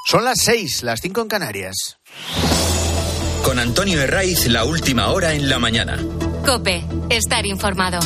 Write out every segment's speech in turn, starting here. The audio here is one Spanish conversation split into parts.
Son las 6, las 5 en Canarias. Con Antonio Herraiz, la última hora en la mañana. COPE, estar informado.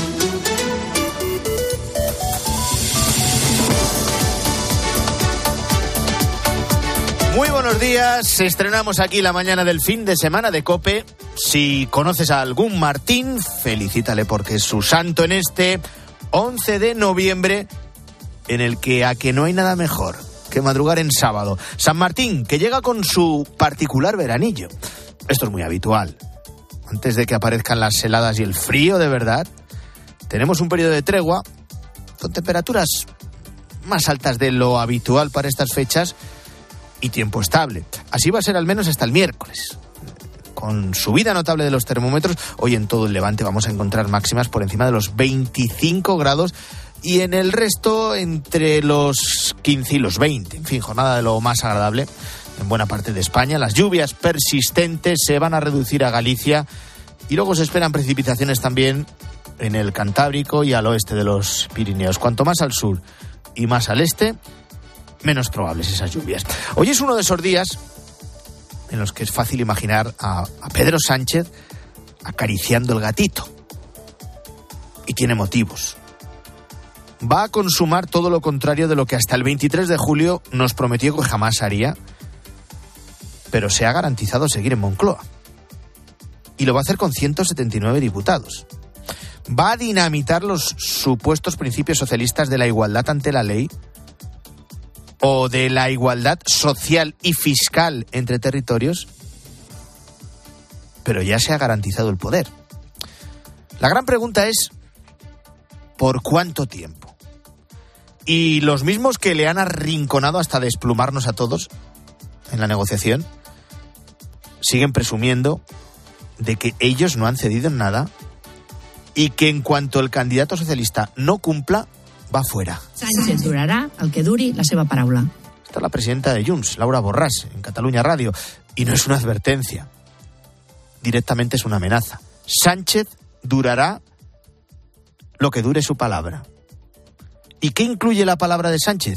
Muy buenos días, estrenamos aquí la mañana del fin de semana de COPE. Si conoces a algún Martín, felicítale porque es su santo en este 11 de noviembre, en el que a que no hay nada mejor que madrugar en sábado. San Martín, que llega con su particular veranillo. Esto es muy habitual. Antes de que aparezcan las heladas y el frío de verdad, tenemos un periodo de tregua con temperaturas más altas de lo habitual para estas fechas y tiempo estable. Así va a ser al menos hasta el miércoles. Con subida notable de los termómetros, hoy en todo el Levante vamos a encontrar máximas por encima de los 25 grados y en el resto entre los 15 y los 20. En fin, jornada de lo más agradable en buena parte de España. Las lluvias persistentes se van a reducir a Galicia y luego se esperan precipitaciones también en el Cantábrico y al oeste de los Pirineos. Cuanto más al sur y más al este, menos probables esas lluvias. Hoy es uno de esos días en los que es fácil imaginar a Pedro Sánchez acariciando el gatito. Y tiene motivos. Va a consumar todo lo contrario de lo que hasta el 23 de julio nos prometió que jamás haría, pero se ha garantizado seguir en Moncloa. Y lo va a hacer con 179 diputados. Va a dinamitar los supuestos principios socialistas de la igualdad ante la ley o de la igualdad social y fiscal entre territorios, pero ya se ha garantizado el poder. La gran pregunta es, ¿por cuánto tiempo? Y los mismos que le han arrinconado hasta desplumarnos a todos en la negociación, siguen presumiendo de que ellos no han cedido en nada y que en cuanto el candidato socialista no cumpla, va fuera. Sánchez durarà el que duri la seva paraula. Está la presidenta de Junts, Laura Borràs, en Catalunya Radio, y no es una advertencia, directamente es una amenaza. Sánchez durará lo que dure su palabra. ¿Y qué incluye la palabra de Sánchez?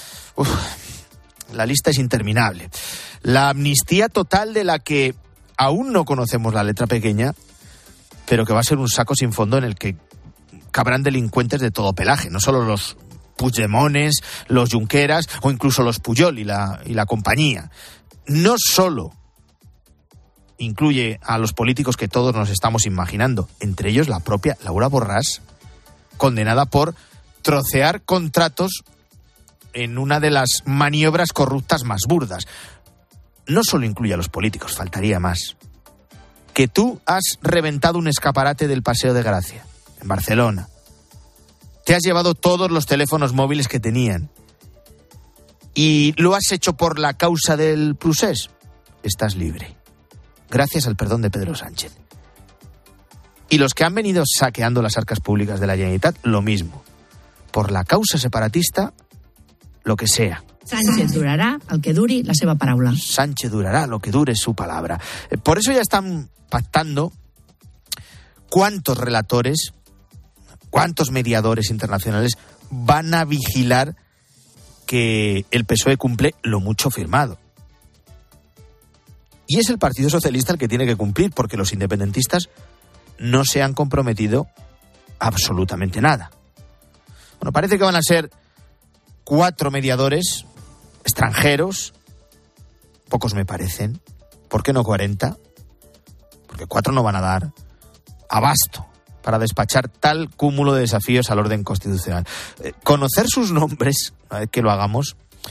La lista es interminable. La amnistía total de la que aún no conocemos la letra pequeña, pero que va a ser un saco sin fondo en el que cabrán delincuentes de todo pelaje, no solo los Puigdemones, los Junqueras o incluso los Pujol y la compañía. No solo incluye a los políticos que todos nos estamos imaginando, entre ellos la propia Laura Borràs, condenada por trocear contratos en una de las maniobras corruptas más burdas. No solo incluye a los políticos, faltaría más. Que tú has reventado un escaparate del Paseo de Gracia, en Barcelona. Te has llevado todos los teléfonos móviles que tenían. Y lo has hecho por la causa del procés. Estás libre. Gracias al perdón de Pedro Sánchez. Y los que han venido saqueando las arcas públicas de la Generalitat, lo mismo. Por la causa separatista, lo que sea. Sánchez durarà el que duri la seva paraula. Sánchez durará lo que dure su palabra. Por eso ya están pactando cuántos relatores, cuántos mediadores internacionales van a vigilar que el PSOE cumple lo mucho firmado. Y es el Partido Socialista el que tiene que cumplir, porque los independentistas no se han comprometido absolutamente nada. Bueno, parece que van a ser 4 mediadores extranjeros, pocos me parecen. ¿Por qué no 40? Porque 4 no van a dar abasto para despachar tal cúmulo de desafíos al orden constitucional. Conocer sus nombres, una vez que lo hagamos,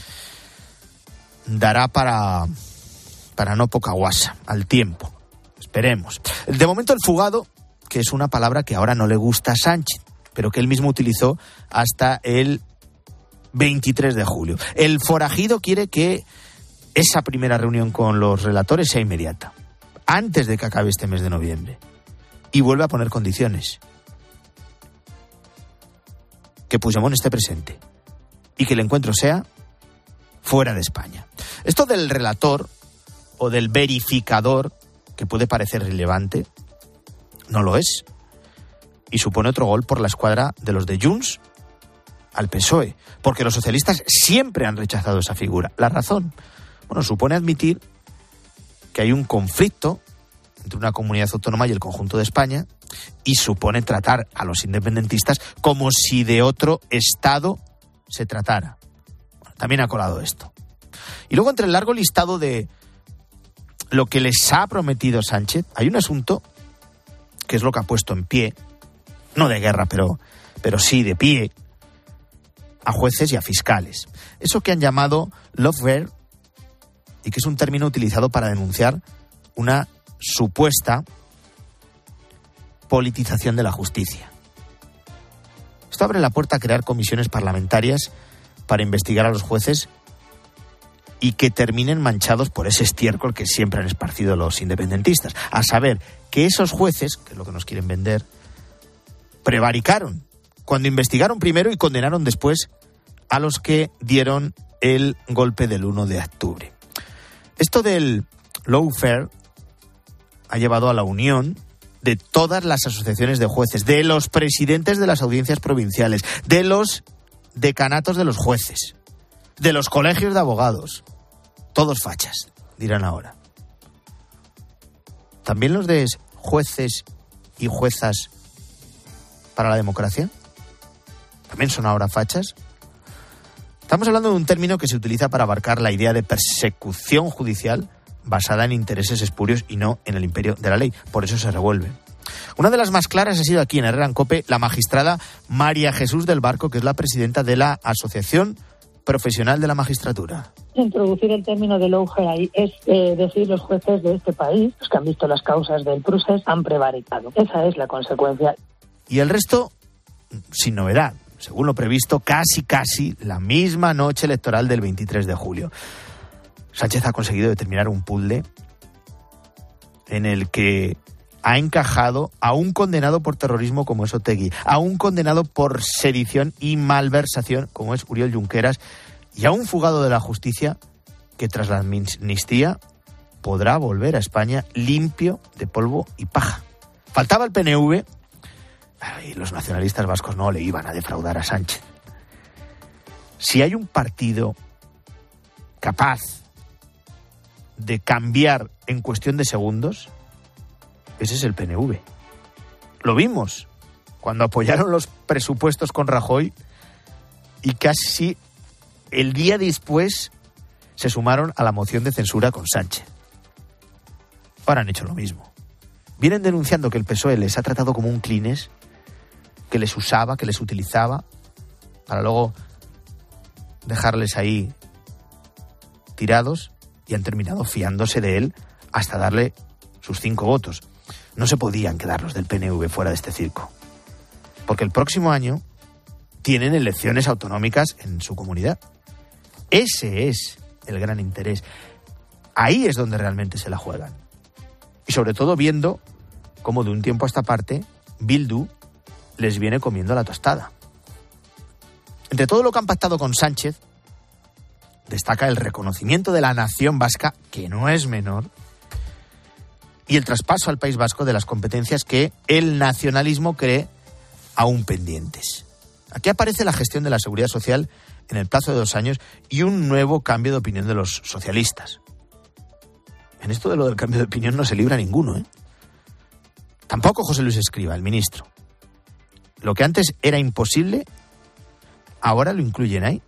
dará para no poca guasa al tiempo. Esperemos. De momento el fugado, que es una palabra que ahora no le gusta a Sánchez, pero que él mismo utilizó hasta el 23 de julio. El forajido quiere que esa primera reunión con los relatores sea inmediata, antes de que acabe este mes de noviembre. Y vuelve a poner condiciones. Que Puigdemont esté presente y que el encuentro sea fuera de España. Esto del relator o del verificador, que puede parecer relevante, no lo es. Y supone otro gol por la escuadra de los de Junts al PSOE, porque los socialistas siempre han rechazado esa figura. La razón, Bueno, supone admitir que hay un conflicto entre una comunidad autónoma y el conjunto de España, y supone tratar a los independentistas como si de otro Estado se tratara. Bueno, también ha colado esto. Y luego, entre el largo listado de lo que les ha prometido Sánchez, hay un asunto que es lo que ha puesto en pie, no de guerra, pero sí de pie, a jueces y a fiscales. Eso que han llamado lawfare, y que es un término utilizado para denunciar una supuesta politización de la justicia. Esto abre la puerta a crear comisiones parlamentarias para investigar a los jueces y que terminen manchados por ese estiércol que siempre han esparcido los independentistas. A saber, que esos jueces, que es lo que nos quieren vender, prevaricaron cuando investigaron primero y condenaron después a los que dieron el golpe del 1 de octubre. Esto del lawfare ha llevado a la unión de todas las asociaciones de jueces, de los presidentes de las audiencias provinciales, de los decanatos de los jueces, de los colegios de abogados. Todos fachas, dirán ahora. ¿También los de jueces y juezas para la democracia? ¿También son ahora fachas? Estamos hablando de un término que se utiliza para abarcar la idea de persecución judicial basada en intereses espurios y no en el imperio de la ley. Por eso se revuelve. Una de las más claras ha sido aquí en Herrera en COPE la magistrada María Jesús del Barco, que es la presidenta de la Asociación Profesional de la Magistratura. Introducir el término de lawfare ahí es decir, los jueces de este país, los que han visto las causas del procés, han prevaricado. Esa es la consecuencia. Y el resto, sin novedad. Según lo previsto, casi la misma noche electoral del 23 de julio. Sánchez ha conseguido determinar un puzzle en el que ha encajado a un condenado por terrorismo como es Otegi, a un condenado por sedición y malversación como es Oriol Junqueras, y a un fugado de la justicia que tras la amnistía podrá volver a España limpio de polvo y paja. Faltaba el PNV, y los nacionalistas vascos no le iban a defraudar a Sánchez. Si hay un partido capaz de cambiar en cuestión de segundos, ese es el PNV. Lo vimos cuando apoyaron los presupuestos con Rajoy y casi el día después se sumaron a la moción de censura con Sánchez. Ahora han hecho lo mismo. Vienen denunciando que el PSOE les ha tratado como un clines, que les usaba, que les utilizaba, para luego dejarles ahí tirados, y han terminado fiándose de él hasta darle sus 5 votos. No se podían quedar los del PNV fuera de este circo, porque el próximo año tienen elecciones autonómicas en su comunidad. Ese es el gran interés. Ahí es donde realmente se la juegan. Y sobre todo viendo cómo de un tiempo a esta parte Bildu les viene comiendo la tostada. Entre todo lo que han pactado con Sánchez, destaca el reconocimiento de la nación vasca, que no es menor, y el traspaso al País Vasco de las competencias que el nacionalismo cree aún pendientes. Aquí aparece la gestión de la seguridad social en el plazo de 2 años y un nuevo cambio de opinión de los socialistas. En esto de lo del cambio de opinión no se libra ninguno, ¿eh? Tampoco José Luis Escrivá, el ministro. Lo que antes era imposible, ahora lo incluyen ahí.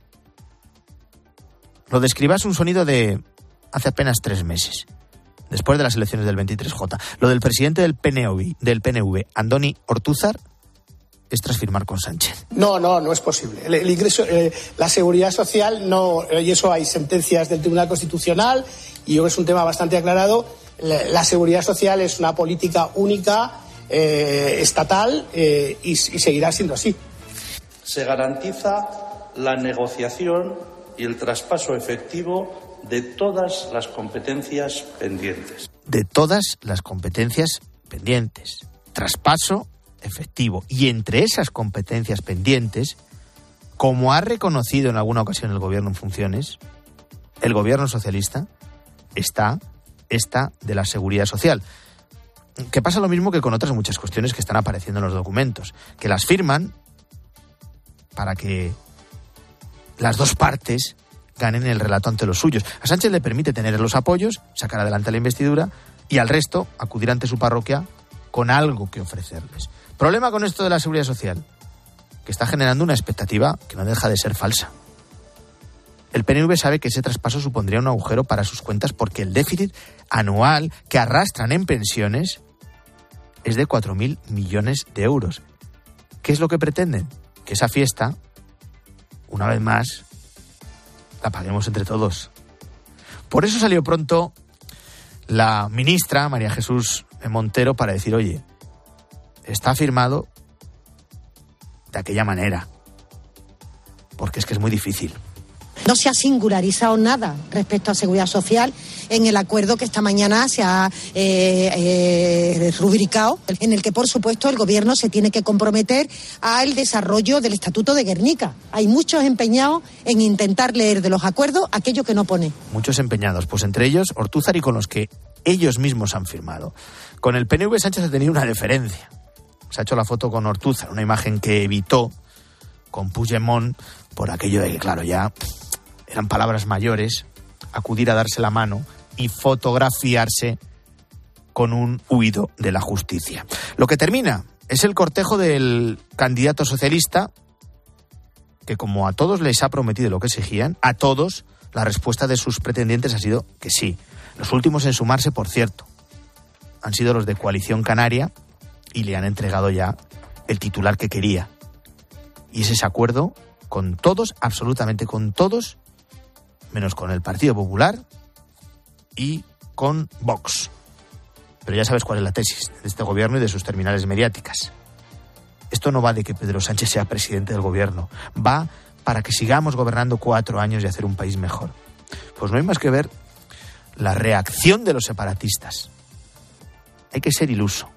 Lo de Escrivá es un sonido de hace apenas 3 meses, después de las elecciones del 23J. Lo del presidente del PNV, Andoni Ortúzar, es tras firmar con Sánchez. No es posible. El ingreso, la seguridad social, no, y eso hay sentencias del Tribunal Constitucional, y yo creo que es un tema bastante aclarado. La seguridad social es una política única, estatal, y seguirá siendo así. Se garantiza la negociación y el traspaso efectivo de todas las competencias pendientes. De todas las competencias pendientes. Traspaso efectivo. Y entre esas competencias pendientes, como ha reconocido en alguna ocasión el gobierno en funciones, el gobierno socialista, está esta de la seguridad social. Que pasa lo mismo que con otras muchas cuestiones que están apareciendo en los documentos, que las firman para que las dos partes ganen el relato ante los suyos. A Sánchez le permite tener los apoyos, sacar adelante la investidura y al resto acudir ante su parroquia con algo que ofrecerles. Problema con esto de la seguridad social, que está generando una expectativa que no deja de ser falsa. El PNV sabe que ese traspaso supondría un agujero para sus cuentas porque el déficit anual que arrastran en pensiones es de 4.000 millones de euros. ¿Qué es lo que pretenden? Que esa fiesta, una vez más, la paguemos entre todos. Por eso salió pronto la ministra María Jesús Montero para decir, oye, está firmado de aquella manera, porque es que es muy difícil. No se ha singularizado nada respecto a seguridad social en el acuerdo que esta mañana se ha rubricado, en el que, por supuesto, el Gobierno se tiene que comprometer al desarrollo del Estatuto de Guernica. Hay muchos empeñados en intentar leer de los acuerdos aquello que no pone. Muchos empeñados, pues entre ellos Ortúzar y con los que ellos mismos han firmado. Con el PNV Sánchez ha tenido una deferencia. Se ha hecho la foto con Ortúzar, una imagen que evitó con Puigdemont por aquello de que, claro, ya eran palabras mayores, acudir a darse la mano y fotografiarse con un huido de la justicia. Lo que termina es el cortejo del candidato socialista, que como a todos les ha prometido lo que exigían, a todos la respuesta de sus pretendientes ha sido que sí. Los últimos en sumarse, por cierto, han sido los de Coalición Canaria y le han entregado ya el titular que quería. Y es ese acuerdo con todos, absolutamente con todos, menos con el Partido Popular y con Vox. Pero ya sabes cuál es la tesis de este gobierno y de sus terminales mediáticas. Esto no va de que Pedro Sánchez sea presidente del gobierno. Va para que sigamos gobernando 4 años y hacer un país mejor. Pues no hay más que ver la reacción de los separatistas. Hay que ser iluso,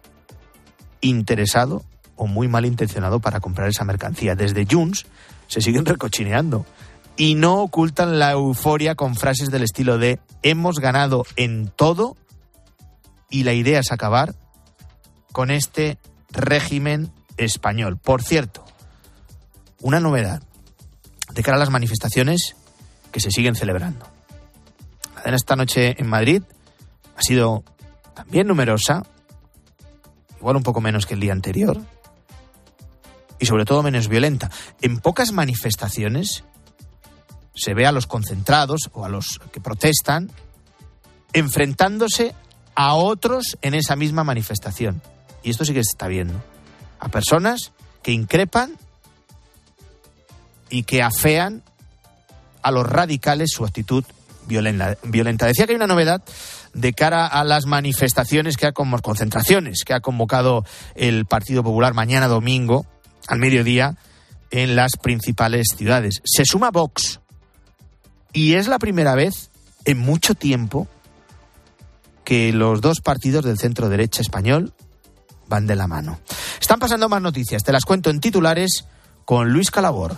interesado o muy malintencionado para comprar esa mercancía. Desde Junts se siguen recochineando y no ocultan la euforia con frases del estilo de hemos ganado en todo y la idea es acabar con este régimen español. Por cierto, una novedad de cara a las manifestaciones que se siguen celebrando. La de esta noche en Madrid ha sido también numerosa, igual un poco menos que el día anterior, y sobre todo menos violenta. En pocas manifestaciones se ve a los concentrados o a los que protestan enfrentándose a otros en esa misma manifestación. Y esto sí que se está viendo. A personas que increpan y que afean a los radicales su actitud violenta. Decía que hay una novedad de cara a las manifestaciones, concentraciones que ha convocado el Partido Popular mañana domingo al mediodía en las principales ciudades. Se suma Vox y es la primera vez en mucho tiempo que los dos partidos del centro derecha español van de la mano. Están pasando más noticias, te las cuento en titulares con Luis Calabor.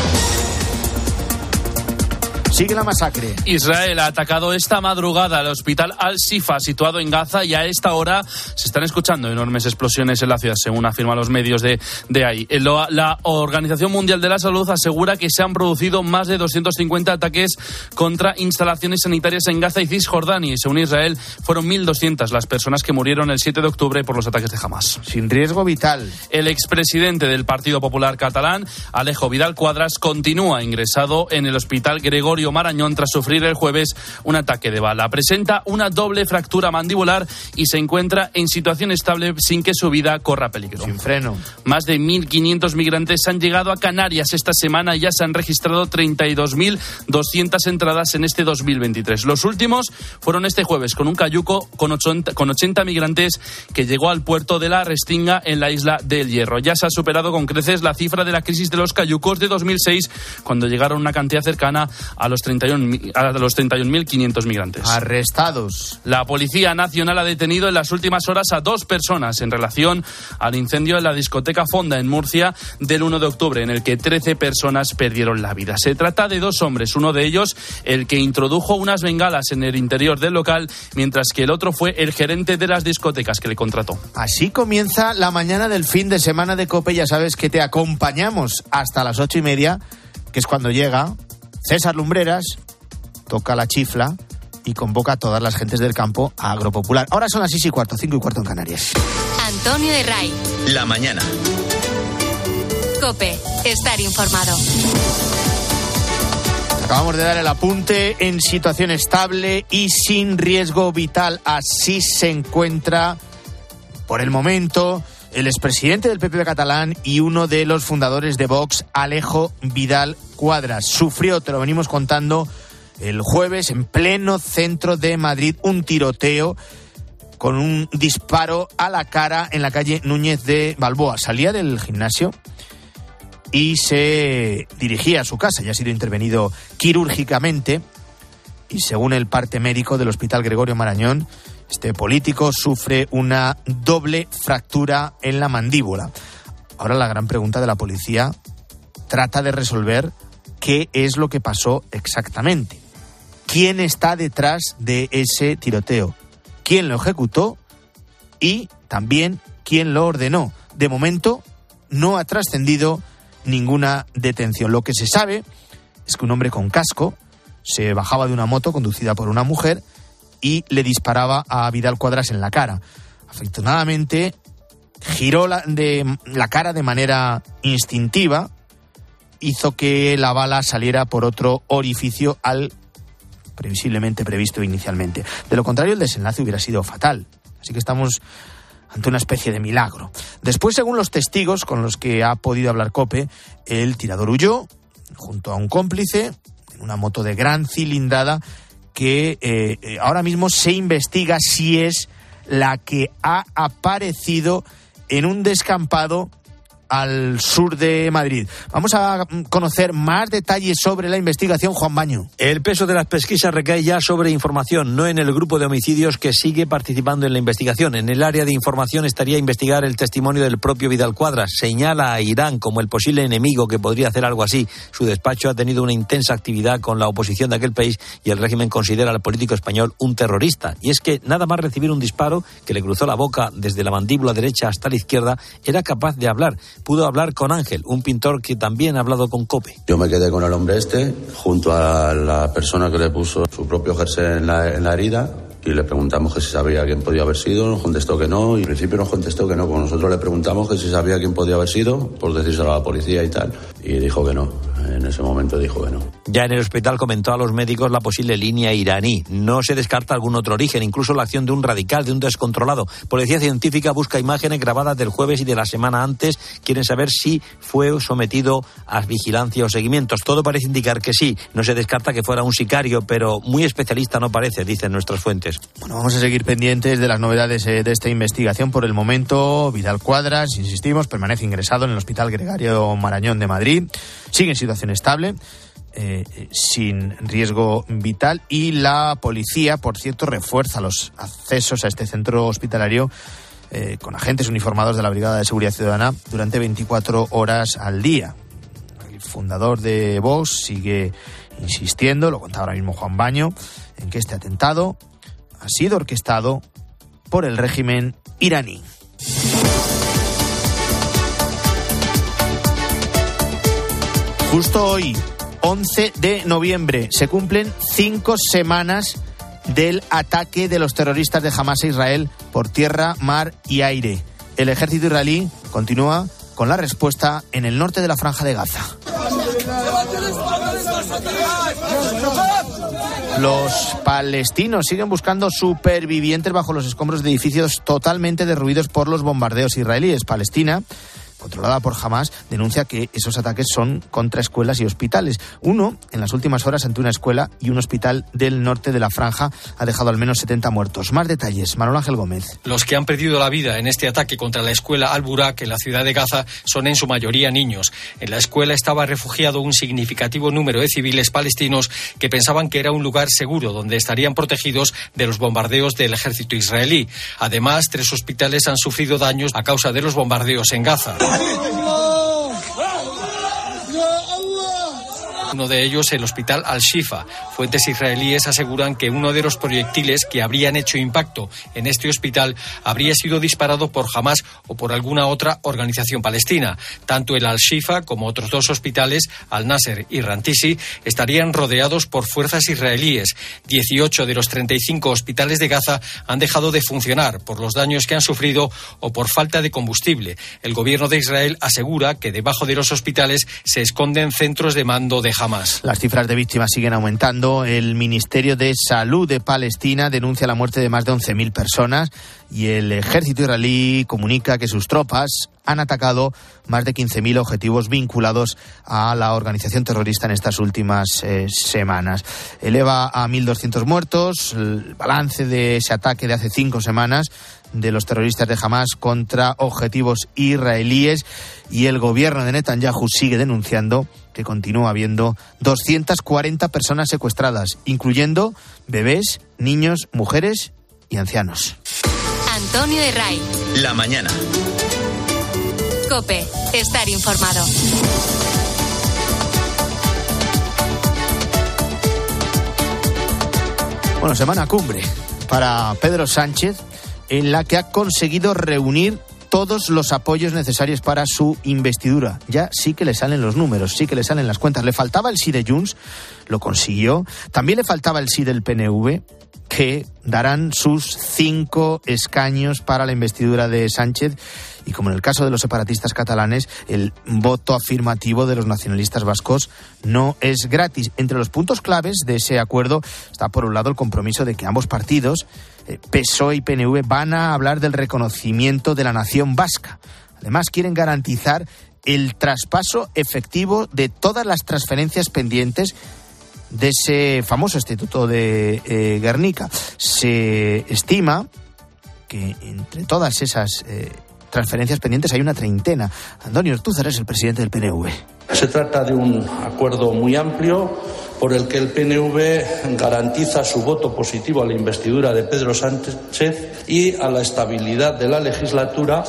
Sigue la masacre. Israel ha atacado esta madrugada al hospital Al-Shifa, situado en Gaza, y a esta hora se están escuchando enormes explosiones en la ciudad, según afirman los medios de ahí. La Organización Mundial de la Salud asegura que se han producido más de 250 ataques contra instalaciones sanitarias en Gaza y Cisjordania, y según Israel fueron 1.200 las personas que murieron el 7 de octubre por los ataques de Hamas. Sin riesgo vital. El expresidente del Partido Popular catalán, Alejo Vidal Quadras, continúa ingresado en el hospital Gregorio Marañón tras sufrir el jueves un ataque de bala. Presenta una doble fractura mandibular y se encuentra en situación estable sin que su vida corra peligro. Sin freno. Más de 1.500 migrantes han llegado a Canarias esta semana y ya se han registrado 32.200 entradas en este 2023. Los últimos fueron este jueves con un cayuco con 80 migrantes que llegó al puerto de la Restinga en la isla del Hierro. Ya se ha superado con creces la cifra de la crisis de los cayucos de 2006, cuando llegaron una cantidad cercana a los 31.500 migrantes. Arrestados. La Policía Nacional ha detenido en las últimas horas a 2 personas en relación al incendio en la discoteca Fonda en Murcia del 1 de octubre, en el que 13 personas perdieron la vida. Se trata de 2 hombres, uno de ellos el que introdujo unas bengalas en el interior del local, mientras que el otro fue el gerente de las discotecas que le contrató. Así comienza la mañana del fin de semana de COPE. Ya sabes que te acompañamos hasta las 8:30, que es cuando llega César Lumbreras toca la chifla y convoca a todas las gentes del campo a Agropopular. Ahora son las 6:15, 5:15 en Canarias. Antonio de Ray. La mañana. COPE. Estar informado. Acabamos de dar el apunte. En situación estable y sin riesgo vital. Así se encuentra, por el momento, el expresidente del PP catalán y uno de los fundadores de Vox, Alejo Vidal Quadras. Sufrió, te lo venimos contando, el jueves en pleno centro de Madrid, un tiroteo con un disparo a la cara en la calle Núñez de Balboa. Salía del gimnasio y se dirigía a su casa. Ya ha sido intervenido quirúrgicamente y, según el parte médico del Hospital Gregorio Marañón, este político sufre una doble fractura en la mandíbula. Ahora la gran pregunta de la policía trata de resolver qué es lo que pasó exactamente. ¿Quién está detrás de ese tiroteo? ¿Quién lo ejecutó? Y también quién lo ordenó. De momento no ha trascendido ninguna detención. Lo que se sabe es que un hombre con casco se bajaba de una moto conducida por una mujer y le disparaba a Vidal Quadras en la cara. Afortunadamente giró la cara de manera instintiva, hizo que la bala saliera por otro orificio al previsiblemente previsto inicialmente. De lo contrario, el desenlace hubiera sido fatal. Así que estamos ante una especie de milagro. Después, según los testigos con los que ha podido hablar COPE, el tirador huyó junto a un cómplice en una moto de gran cilindrada que ahora mismo se investiga si es la que ha aparecido en un descampado al sur de Madrid. Vamos a conocer más detalles sobre la investigación. Juan Baño. El peso de las pesquisas recae ya sobre información, no en el grupo de homicidios que sigue participando en la investigación. En el área de información estaría a investigar el testimonio del propio Vidal Quadras. Señala a Irán como el posible enemigo que podría hacer algo así. Su despacho ha tenido una intensa actividad con la oposición de aquel país y el régimen considera al político español un terrorista. Y es que nada más recibir un disparo que le cruzó la boca desde la mandíbula derecha hasta la izquierda, era capaz de hablar. Pudo hablar con Ángel, un pintor que también ha hablado con COPE. Yo me quedé con el hombre junto a la persona que le puso su propio jersey en la herida, y le preguntamos que si sabía quién podía haber sido. Nos contestó que no, y al principio nos contestó que no, pues nosotros le preguntamos que si sabía quién podía haber sido, por decírselo a la policía y tal, y dijo que no. En ese momento dijo que no. Ya en el hospital comentó a los médicos la posible línea iraní. No se descarta algún otro origen, incluso la acción de un radical, de un descontrolado. Policía científica busca imágenes grabadas del jueves y de la semana antes. Quieren saber si fue sometido a vigilancia o seguimientos. Todo parece indicar que sí. No se descarta que fuera un sicario, pero muy especialista no parece, dicen nuestras fuentes. Bueno, vamos a seguir pendientes de las novedades de esta investigación. Por el momento, Vidal Quadras, insistimos, permanece ingresado en el Hospital Gregorio Marañón de Madrid. Sigue en situación estable, sin riesgo vital, y la policía, por cierto, refuerza los accesos a este centro hospitalario con agentes uniformados de la Brigada de Seguridad Ciudadana durante 24 horas al día. El fundador de Vox sigue insistiendo, lo contaba ahora mismo Juan Baño, en que este atentado ha sido orquestado por el régimen iraní. Justo hoy, 11 de noviembre, se cumplen 5 semanas del ataque de los terroristas de Hamás a Israel por tierra, mar y aire. El ejército israelí continúa con la respuesta en el norte de la Franja de Gaza. Los palestinos siguen buscando supervivientes bajo los escombros de edificios totalmente derruidos por los bombardeos israelíes. Palestina, controlada por Hamás, denuncia que esos ataques son contra escuelas y hospitales. Uno, en las últimas horas, ante una escuela y un hospital del norte de la Franja, ha dejado al menos 70 muertos. Más detalles, Manuel Ángel Gómez. Los que han perdido la vida en este ataque contra la escuela Al-Burak en la ciudad de Gaza son en su mayoría niños. En la escuela estaba refugiado un significativo número de civiles palestinos que pensaban que era un lugar seguro donde estarían protegidos de los bombardeos del ejército israelí. Además, 3 hospitales han sufrido daños a causa de los bombardeos en Gaza. uno de ellos el hospital Al-Shifa. Fuentes israelíes aseguran que uno de los proyectiles que habrían hecho impacto en este hospital habría sido disparado por Hamás o por alguna otra organización palestina. Tanto el Al-Shifa como otros dos hospitales, Al-Nasser y Rantisi, estarían rodeados por fuerzas israelíes. 18 de los 35 hospitales de Gaza han dejado de funcionar por los daños que han sufrido o por falta de combustible. El gobierno de Israel asegura que debajo de los hospitales se esconden centros de mando de Hamás. Las cifras de víctimas siguen aumentando. El Ministerio de Salud de Palestina denuncia la muerte de más de 11.000 personas y el ejército israelí comunica que sus tropas han atacado más de 15.000 objetivos vinculados a la organización terrorista en estas últimas semanas. Eleva a 1.200 muertos el balance de ese ataque de hace 5 semanas de los terroristas de Hamás contra objetivos israelíes, y el gobierno de Netanyahu sigue denunciando que continúa habiendo 240 personas secuestradas, incluyendo bebés, niños, mujeres y ancianos. Antonio Herray. La mañana. COPE. Estar informado. Bueno, semana cumbre para Pedro Sánchez, en la que ha conseguido reunir todos los apoyos necesarios para su investidura. Ya sí que le salen los números, sí que le salen las cuentas. Le faltaba el sí de Junts, lo consiguió. También le faltaba el sí del PNV, que darán sus 5 escaños para la investidura de Sánchez. Y como en el caso de los separatistas catalanes, el voto afirmativo de los nacionalistas vascos no es gratis. Entre los puntos claves de ese acuerdo está, por un lado, el compromiso de que ambos partidos, PSOE y PNV, van a hablar del reconocimiento de la nación vasca. Además, quieren garantizar el traspaso efectivo de todas las transferencias pendientes de ese famoso Estatuto de Gernika. Se estima que entre todas esas transferencias pendientes hay una treintena. Antonio Ortúzar es el presidente del PNV. Se trata de un acuerdo muy amplio por el que el PNV garantiza su voto positivo a la investidura de Pedro Sánchez y a la estabilidad de la legislatura.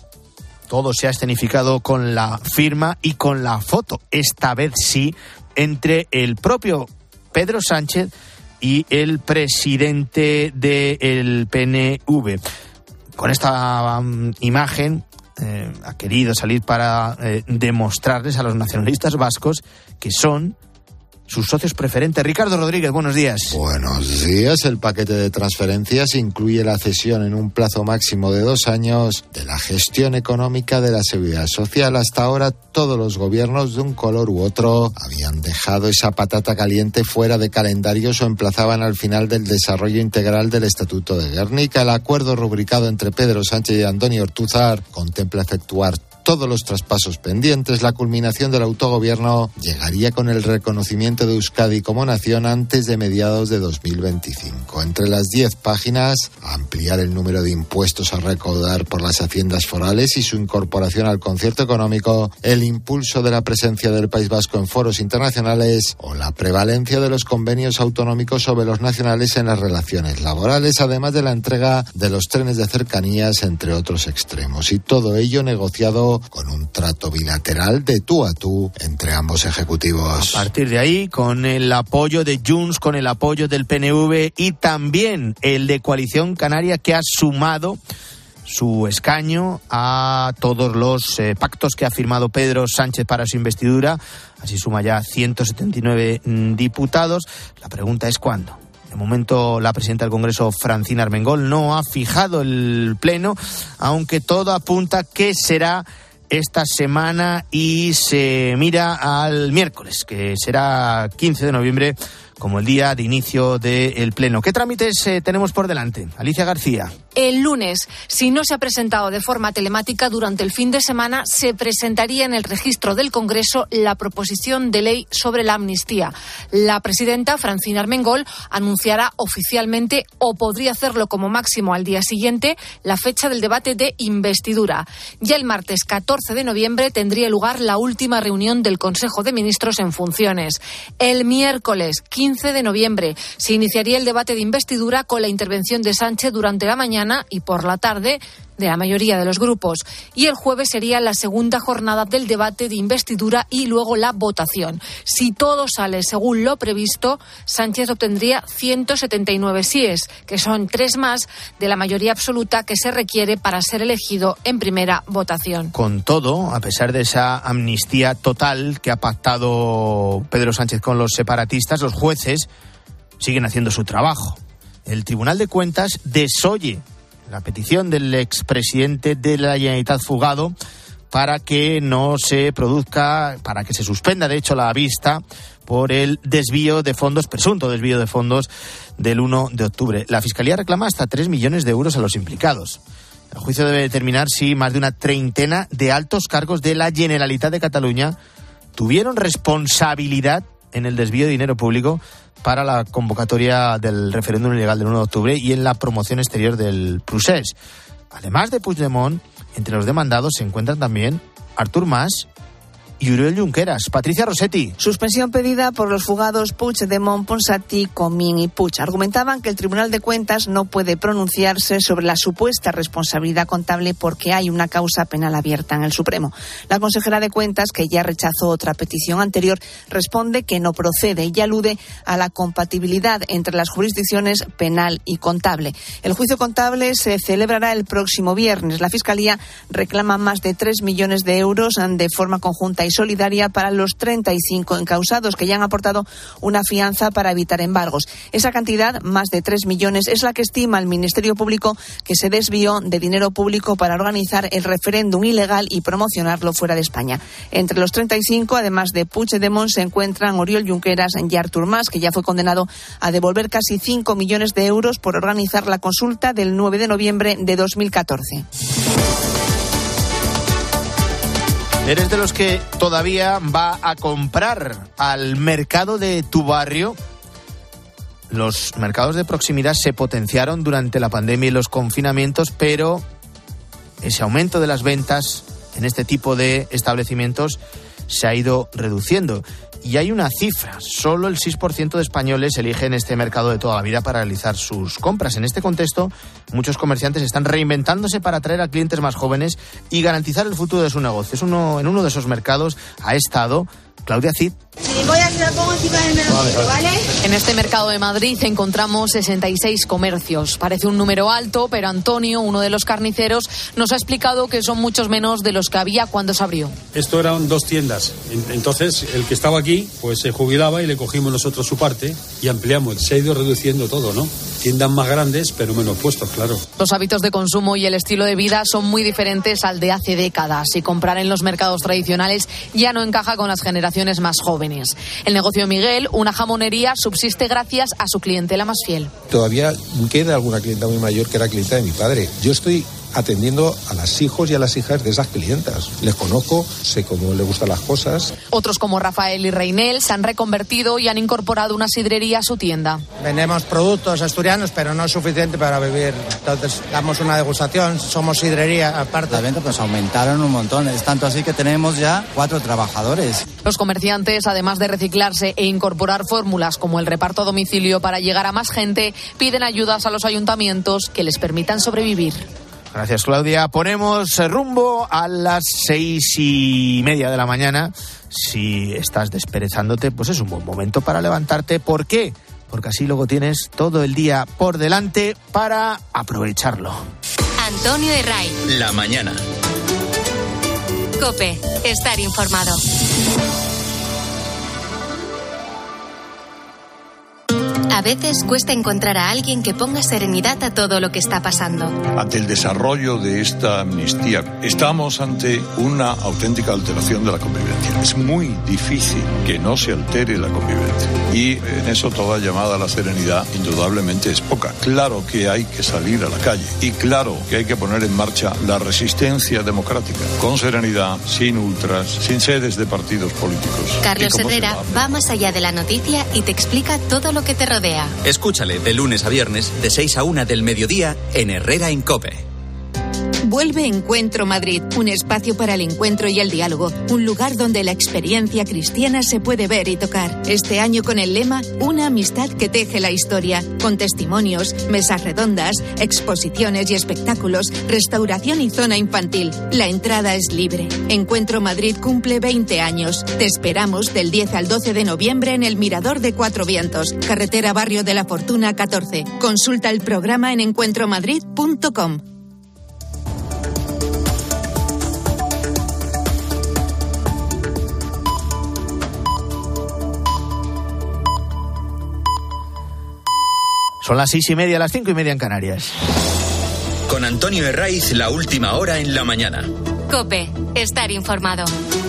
Todo se ha escenificado con la firma y con la foto, esta vez sí, entre el propio Pedro Sánchez y el presidente del PNV. Con esta imagen ha querido salir para demostrarles a los nacionalistas vascos que son sus socios preferentes. Ricardo Rodríguez, buenos días. Buenos días. El paquete de transferencias incluye la cesión en un plazo máximo de 2 años de la gestión económica de la Seguridad Social. Hasta ahora, todos los gobiernos de un color u otro habían dejado esa patata caliente fuera de calendarios o emplazaban al final del desarrollo integral del Estatuto de Gernika. El acuerdo rubricado entre Pedro Sánchez y Antonio Ortúzar contempla efectuar todos los traspasos pendientes. La culminación del autogobierno llegaría con el reconocimiento de Euskadi como nación antes de mediados de 2025. Entre las 10 páginas, ampliar el número de impuestos a recaudar por las haciendas forales y su incorporación al concierto económico, el impulso de la presencia del País Vasco en foros internacionales o la prevalencia de los convenios autonómicos sobre los nacionales en las relaciones laborales, además de la entrega de los trenes de cercanías, entre otros extremos. Y todo ello negociado con un trato bilateral de tú a tú entre ambos ejecutivos. A partir de ahí, con el apoyo de Junts, con el apoyo del PNV y también el de Coalición Canaria, que ha sumado su escaño a todos los pactos que ha firmado Pedro Sánchez para su investidura. Así suma ya 179 diputados. La pregunta es ¿cuándo? De momento, la presidenta del Congreso, Francina Armengol, no ha fijado el pleno, aunque todo apunta que será esta semana y se mira al miércoles, que será 15 de noviembre, como el día de inicio del pleno. ¿Qué trámites tenemos por delante? Alicia García. El lunes, si no se ha presentado de forma telemática durante el fin de semana, se presentaría en el registro del Congreso la proposición de ley sobre la amnistía. La presidenta, Francina Armengol, anunciará oficialmente, o podría hacerlo como máximo al día siguiente, la fecha del debate de investidura. Ya el martes 14 de noviembre tendría lugar la última reunión del Consejo de Ministros en funciones. El miércoles 15 de noviembre se iniciaría el debate de investidura con la intervención de Sánchez durante la mañana mañana y por la tarde de la mayoría de los grupos. Y el jueves sería la segunda jornada del debate de investidura y luego la votación. Si todo sale según lo previsto, Sánchez obtendría 179 síes, que son 3 más de la mayoría absoluta que se requiere para ser elegido en primera votación. Con todo, a pesar de esa amnistía total que ha pactado Pedro Sánchez con los separatistas, los jueces siguen haciendo su trabajo. El Tribunal de Cuentas desoye la petición del expresidente de la Generalitat fugado para que no se produzca, para que se suspenda de hecho la vista por el desvío de fondos, presunto desvío de fondos del 1 de octubre. La Fiscalía reclama hasta 3 millones de euros a los implicados. El juicio debe determinar si más de una treintena de altos cargos de la Generalitat de Cataluña tuvieron responsabilidad en el desvío de dinero público para la convocatoria del referéndum ilegal del 1 de octubre y en la promoción exterior del procés. Además de Puigdemont, entre los demandados se encuentran también Artur Mas y Oriol Junqueras. Patricia Rossetti. Suspensión pedida por los fugados Puigdemont, Ponsatí, Comín y Puig. Argumentaban que el Tribunal de Cuentas no puede pronunciarse sobre la supuesta responsabilidad contable porque hay una causa penal abierta en el Supremo. La consejera de Cuentas, que ya rechazó otra petición anterior, responde que no procede y alude a la compatibilidad entre las jurisdicciones penal y contable. El juicio contable se celebrará el próximo viernes. La Fiscalía reclama más de 3 millones de euros de forma conjunta y solidaria para los 35 encausados que ya han aportado una fianza para evitar embargos. Esa cantidad, más de 3 millones, es la que estima el Ministerio Público que se desvió de dinero público para organizar el referéndum ilegal y promocionarlo fuera de España. Entre los 35, además de Puigdemont, se encuentran Oriol Junqueras y Artur Mas, que ya fue condenado a devolver casi 5 millones de euros por organizar la consulta del 9 de noviembre de 2014. ¿Eres de los que todavía va a comprar al mercado de tu barrio? Los mercados de proximidad se potenciaron durante la pandemia y los confinamientos, pero ese aumento de las ventas en este tipo de establecimientos se ha ido reduciendo. Y hay una cifra, solo el 6% de españoles eligen este mercado de toda la vida para realizar sus compras. En este contexto, muchos comerciantes están reinventándose para atraer a clientes más jóvenes y garantizar el futuro de su negocio. En uno de esos mercados ha estado Claudia Cid. Voy a hacer pongo encima del menú, ¿vale? En este mercado de Madrid encontramos 66 comercios. Parece un número alto, pero Antonio, uno de los carniceros, nos ha explicado que son muchos menos de los que había cuando se abrió. Esto eran 2 tiendas. Entonces, el que estaba aquí, pues se jubilaba y le cogimos nosotros su parte y ampliamos. Se ha ido reduciendo todo, ¿no? Tiendas más grandes, pero menos puestos, claro. Los hábitos de consumo y el estilo de vida son muy diferentes al de hace décadas y comprar en los mercados tradicionales ya no encaja con las generaciones más jóvenes. El negocio de Miguel, una jamonería, subsiste gracias a su clientela más fiel. Todavía queda alguna clienta muy mayor que era clienta de mi padre. Yo estoy atendiendo a los hijos y a las hijas de esas clientas. Les conozco, sé cómo les gustan las cosas. Otros como Rafael y Reinel se han reconvertido y han incorporado una sidrería a su tienda. Vendemos productos asturianos, pero no es suficiente para vivir. Entonces damos una degustación, somos sidrería aparte. Las ventas pues aumentaron un montón, es tanto así que tenemos ya 4 trabajadores. Los comerciantes, además de reciclarse e incorporar fórmulas como el reparto a domicilio para llegar a más gente, piden ayudas a los ayuntamientos que les permitan sobrevivir. Gracias, Claudia. Ponemos rumbo a las 6:30 de la mañana. Si estás desperezándote, pues es un buen momento para levantarte. ¿Por qué? Porque así luego tienes todo el día por delante para aprovecharlo. Antonio Herray. La mañana. COPE. Estar informado. A veces cuesta encontrar a alguien que ponga serenidad a todo lo que está pasando. Ante el desarrollo de esta amnistía, estamos ante una auténtica alteración de la convivencia. Es muy difícil que no se altere la convivencia. Y en eso toda llamada a la serenidad indudablemente es poca. Claro que hay que salir a la calle y claro que hay que poner en marcha la resistencia democrática, con serenidad, sin ultras, sin sedes de partidos políticos. Carlos Herrera va más allá de la noticia y te explica todo lo que te rodea. Escúchale de lunes a viernes de 6 a 1 del mediodía en Herrera en COPE. Vuelve Encuentro Madrid, un espacio para el encuentro y el diálogo, un lugar donde la experiencia cristiana se puede ver y tocar. Este año con el lema Una amistad que teje la historia, con testimonios, mesas redondas, exposiciones y espectáculos, restauración y zona infantil. La entrada es libre. Encuentro Madrid cumple 20 años. Te esperamos del 10 al 12 de noviembre en el Mirador de Cuatro Vientos, carretera Barrio de la Fortuna 14. Consulta el programa en encuentromadrid.com. Son las 6:30, las 5:30 en Canarias. Con Antonio Herraiz, la última hora en la mañana. COPE, estar informado.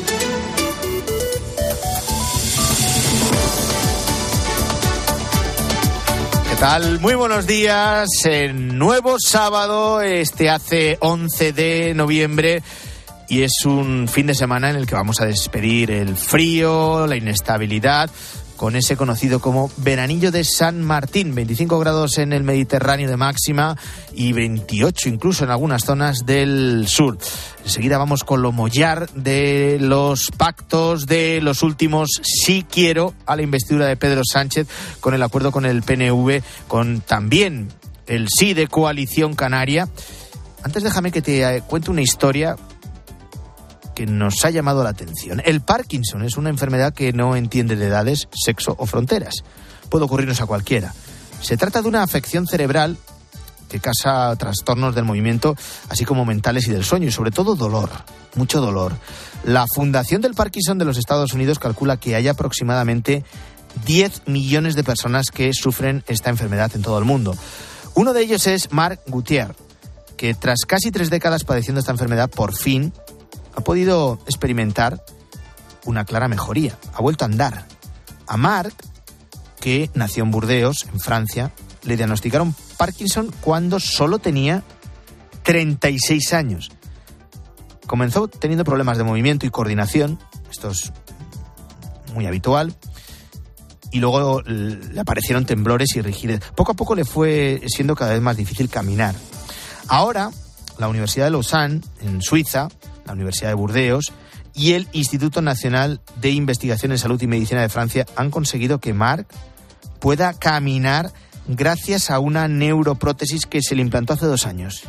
¿Qué tal? Muy buenos días. Nuevo sábado, hace 11 de noviembre. Y es un fin de semana en el que vamos a despedir el frío, la inestabilidad, con ese conocido como veranillo de San Martín. 25 grados en el Mediterráneo de máxima y 28 incluso en algunas zonas del sur. Enseguida vamos con lo mollar de los pactos, de los últimos sí quiero a la investidura de Pedro Sánchez, con el acuerdo con el PNV, con también el sí de Coalición Canaria. Antes déjame que te cuente una historia que nos ha llamado la atención. El Parkinson es una enfermedad que no entiende de edades, sexo o fronteras. Puede ocurrirnos a cualquiera. Se trata de una afección cerebral que causa trastornos del movimiento, así como mentales y del sueño, y sobre todo dolor, mucho dolor. La Fundación del Parkinson de los Estados Unidos calcula que hay aproximadamente 10 millones de personas que sufren esta enfermedad en todo el mundo. Uno de ellos es Mark Gutierrez, que tras casi 3 décadas padeciendo esta enfermedad, por fin ha podido experimentar una clara mejoría. Ha vuelto a andar. A Marc, que nació en Burdeos, en Francia, le diagnosticaron Parkinson cuando solo tenía 36 años. Comenzó teniendo problemas de movimiento y coordinación, esto es muy habitual, y luego le aparecieron temblores y rigidez. Poco a poco le fue siendo cada vez más difícil caminar. Ahora, la Universidad de Lausanne, en Suiza, la Universidad de Burdeos y el Instituto Nacional de Investigación en Salud y Medicina de Francia han conseguido que Marc pueda caminar gracias a una neuroprótesis que se le implantó hace 2 años.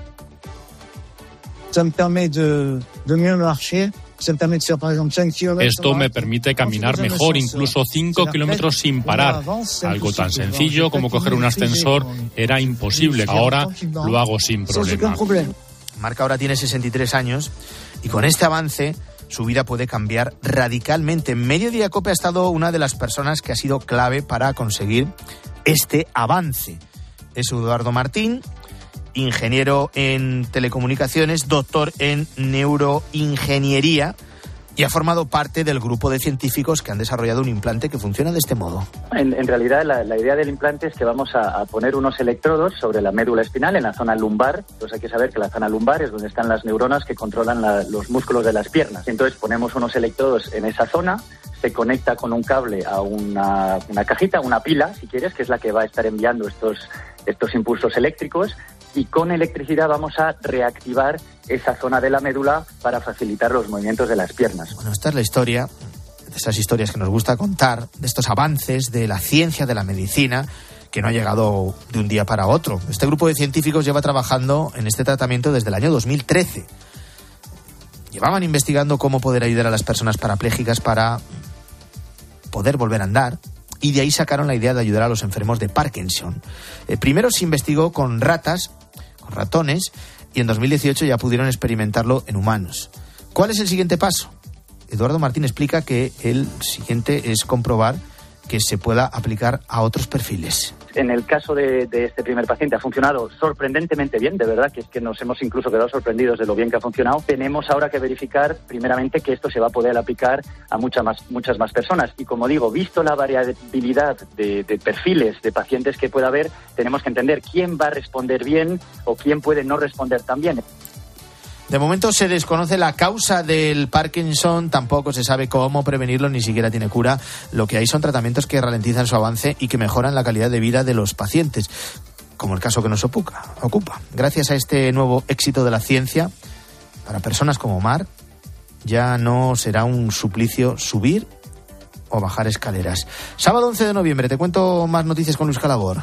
Esto me permite caminar mejor, incluso 5 kilómetros sin parar. Algo tan sencillo como coger un ascensor era imposible. Ahora lo hago sin problema. Marc ahora tiene 63 años y con este avance su vida puede cambiar radicalmente. En Mediodía COPE ha estado una de las personas que ha sido clave para conseguir este avance. Es Eduardo Martín, ingeniero en telecomunicaciones, doctor en neuroingeniería, y ha formado parte del grupo de científicos que han desarrollado un implante que funciona de este modo. En realidad, la idea del implante es que vamos a poner unos electrodos sobre la médula espinal, en la zona lumbar. Entonces hay que saber que la zona lumbar es donde están las neuronas que controlan los músculos de las piernas. Entonces ponemos unos electrodos en esa zona, se conecta con un cable a una cajita, una pila, si quieres, que es la que va a estar enviando estos impulsos eléctricos, y con electricidad vamos a reactivar esa zona de la médula para facilitar los movimientos de las piernas. Bueno, esta es la historia, de esas historias que nos gusta contar, de estos avances de la ciencia, de la medicina, que no ha llegado de un día para otro. Este grupo de científicos lleva trabajando en este tratamiento desde el año 2013. Llevaban investigando cómo poder ayudar a las personas parapléjicas para poder volver a andar, y de ahí sacaron la idea de ayudar a los enfermos de Parkinson. Primero se investigó con ratas, con ratones, y en 2018 ya pudieron experimentarlo en humanos. ¿Cuál es el siguiente paso? Eduardo Martín explica que el siguiente es comprobar que se pueda aplicar a otros perfiles. En el caso de este primer paciente ha funcionado sorprendentemente bien, de verdad, que es que nos hemos incluso quedado sorprendidos de lo bien que ha funcionado. Tenemos ahora que verificar, primeramente, que esto se va a poder aplicar a muchas más personas. Y como digo, visto la variabilidad de perfiles de pacientes que pueda haber, tenemos que entender quién va a responder bien o quién puede no responder tan bien. De momento se desconoce la causa del Parkinson, tampoco se sabe cómo prevenirlo, ni siquiera tiene cura. Lo que hay son tratamientos que ralentizan su avance y que mejoran la calidad de vida de los pacientes. como el caso que nos ocupa. Gracias a este nuevo éxito de la ciencia, para personas como Mar, ya no será un suplicio subir o bajar escaleras. Sábado 11 de noviembre, te cuento más noticias con Luis Calabor.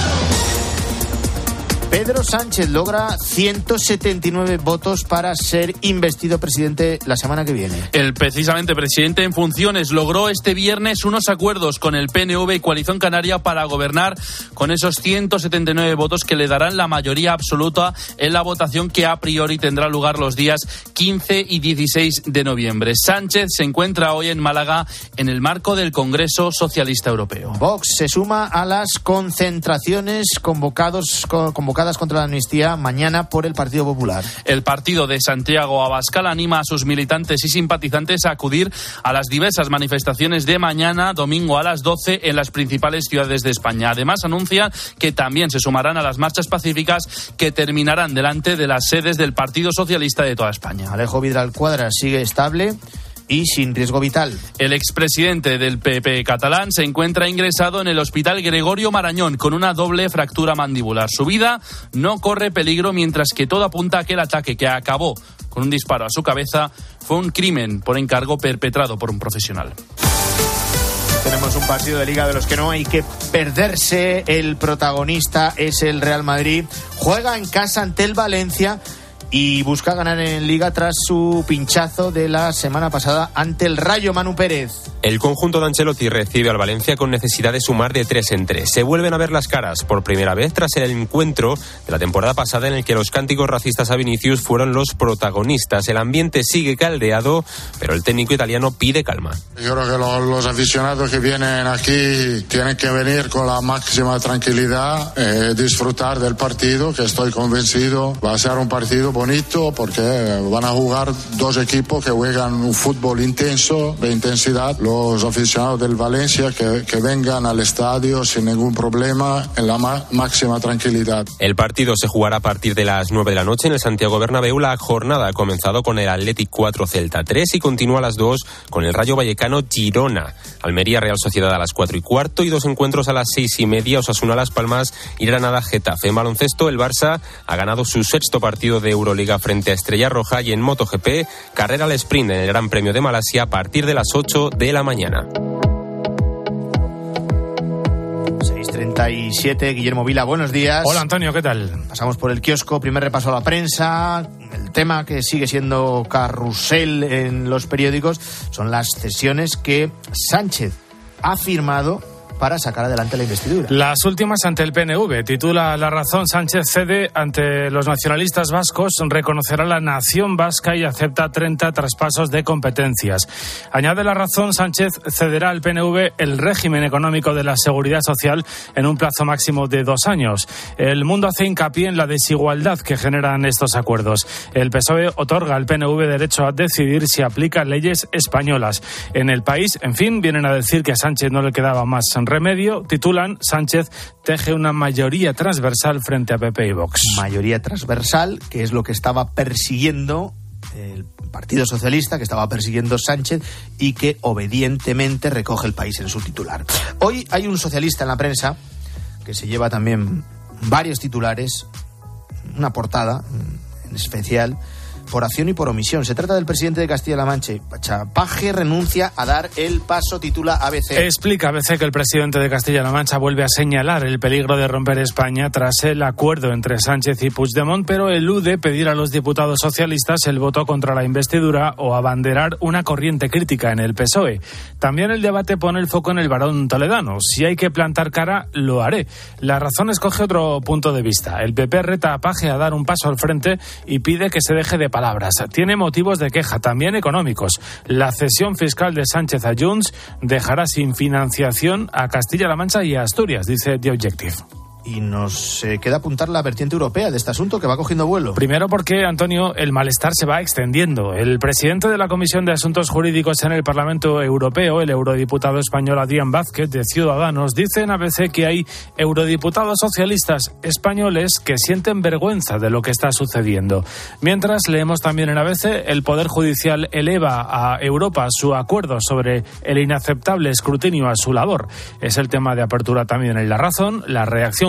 Pedro Sánchez logra 179 votos para ser investido presidente la semana que viene. El precisamente presidente en funciones logró este viernes unos acuerdos con el PNV y Coalición Canaria para gobernar con esos 179 votos que le darán la mayoría absoluta en la votación que a priori tendrá lugar los días 15 y 16 de noviembre. Sánchez se encuentra hoy en Málaga en el marco del Congreso Socialista Europeo. Vox se suma a las concentraciones convocadas contra la amnistía mañana por el Partido Popular. El partido de Santiago Abascal anima a sus militantes y simpatizantes a acudir a las diversas manifestaciones de mañana, domingo a las 12, en las principales ciudades de España. Además, anuncia que también se sumarán a las marchas pacíficas que terminarán delante de las sedes del Partido Socialista de toda España. Alejo Vidal Quadras sigue estable y sin riesgo vital. El expresidente del PP catalán se encuentra ingresado en el Hospital Gregorio Marañón con una doble fractura mandibular. Su vida no corre peligro, mientras que todo apunta a que el ataque, que acabó con un disparo a su cabeza, fue un crimen por encargo perpetrado por un profesional. Tenemos un partido de Liga de los que no hay que perderse. El protagonista es el Real Madrid. Juega en casa ante el Valencia y busca ganar en Liga tras su pinchazo de la semana pasada ante el Rayo. Manu Pérez. El conjunto de Ancelotti recibe al Valencia con necesidad de sumar de 3 en 3. Se vuelven a ver las caras por primera vez tras el encuentro de la temporada pasada en el que los cánticos racistas a Vinicius fueron los protagonistas. El ambiente sigue caldeado, pero el técnico italiano pide calma. Yo creo que los aficionados que vienen aquí tienen que venir con la máxima tranquilidad, disfrutar del partido, que estoy convencido va a ser un partido bonito porque van a jugar dos equipos que juegan un fútbol intenso, de intensidad. Los aficionados del Valencia que vengan al estadio sin ningún problema, en la máxima tranquilidad. El partido se jugará a partir de las 9 de la noche en el Santiago Bernabéu. La jornada ha comenzado con el Athletic 4 Celta 3 y continúa a las 2 con el Rayo Vallecano Girona. Almería Real Sociedad a las 4:15 y 2 encuentros a las 6:30. Osasuna Las Palmas y Granada Getafe. En baloncesto, el Barça ha ganado su 6º partido de Euroliga frente a Estrella Roja, y en MotoGP, carrera al sprint en el Gran Premio de Malasia a partir de las 8 de la mañana. 6:37, Guillermo Vila, buenos días. Hola Antonio, ¿qué tal? Pasamos por el kiosco, primer repaso a la prensa. El tema que sigue siendo carrusel en los periódicos son las cesiones que Sánchez ha firmado para sacar adelante la investidura. Las últimas ante el PNV. Titula La Razón: Sánchez cede ante los nacionalistas vascos, reconocerá la nación vasca y acepta 30 traspasos de competencias. Añade La Razón: Sánchez cederá al PNV el régimen económico de la seguridad social en un plazo máximo de 2 años. El Mundo hace hincapié en la desigualdad que generan estos acuerdos. El PSOE otorga al PNV derecho a decidir si aplica leyes españolas. En El País, en fin, vienen a decir que a Sánchez no le quedaba más remedio. Titulan: Sánchez teje una mayoría transversal frente a PP y Vox. Mayoría transversal, que es lo que estaba persiguiendo el Partido Socialista, que estaba persiguiendo Sánchez y que obedientemente recoge El País en su titular. Hoy hay un socialista en la prensa que se lleva también varios titulares, una portada en especial, por acción y por omisión. Se trata del presidente de Castilla-La Mancha. Paje renuncia a dar el paso, titula ABC. Explica ABC que el presidente de Castilla-La Mancha vuelve a señalar el peligro de romper España tras el acuerdo entre Sánchez y Puigdemont, pero elude pedir a los diputados socialistas el voto contra la investidura o abanderar una corriente crítica en el PSOE. También el debate pone el foco en el varón toledano. Si hay que plantar cara, lo haré. La Razón escoge otro punto de vista. El PP reta a Paje a dar un paso al frente y pide que se deje de palabras. Tiene motivos de queja, también económicos. La cesión fiscal de Sánchez a Junts dejará sin financiación a Castilla-La Mancha y a Asturias, dice The Objective. Y nos queda apuntar la vertiente europea de este asunto, que va cogiendo vuelo. Primero porque, Antonio, el malestar se va extendiendo. El presidente de la Comisión de Asuntos Jurídicos en el Parlamento Europeo, el eurodiputado español Adrián Vázquez, de Ciudadanos, dice en ABC que hay eurodiputados socialistas españoles que sienten vergüenza de lo que está sucediendo. Mientras, leemos también en ABC, el Poder Judicial eleva a Europa su acuerdo sobre el inaceptable escrutinio a su labor. Es el tema de apertura también en La Razón. La reacción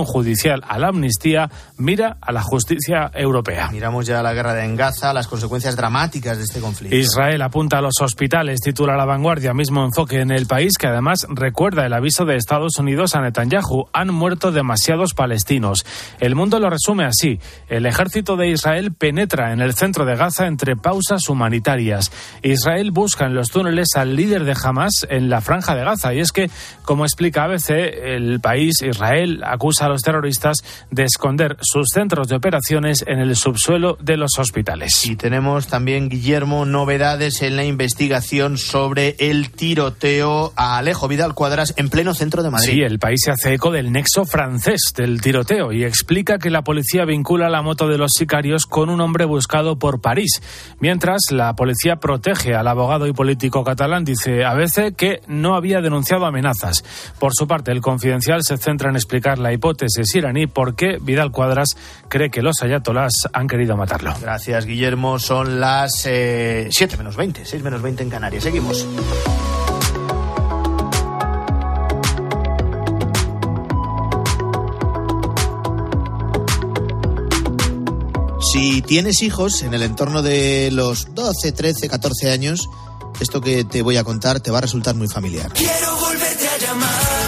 reclamación judicial a la amnistía mira a la justicia europea. Miramos ya la guerra en Gaza, las consecuencias dramáticas de este conflicto. Israel apunta a los hospitales, titula La Vanguardia, mismo enfoque en el país, que además recuerda el aviso de Estados Unidos a Netanyahu: han muerto demasiados palestinos. El Mundo lo resume así: el ejército de Israel penetra en el centro de Gaza entre pausas humanitarias. Israel busca en los túneles al líder de Hamas en la franja de Gaza, y es que, como explica ABC, el país, Israel, acusa a los terroristas de esconder sus centros de operaciones en el subsuelo de los hospitales. Y tenemos también, Guillermo, novedades en la investigación sobre el tiroteo a Alejo Vidal Quadras en pleno centro de Madrid. Sí, el país se hace eco del nexo francés del tiroteo y explica que la policía vincula la moto de los sicarios con un hombre buscado por París. Mientras, la policía protege al abogado y político catalán, dice ABC, que no había denunciado amenazas. Por su parte, el Confidencial se centra en explicar la hipótesis iraní por qué Vidal Quadras cree que los ayatolás han querido matarlo. Gracias, Guillermo. Son las 7 menos 20, 6 menos 20 en Canarias. Seguimos. Si tienes hijos en el entorno de los 12, 13, 14 años, esto que te voy a contar te va a resultar muy familiar. Quiero volverte a llamar,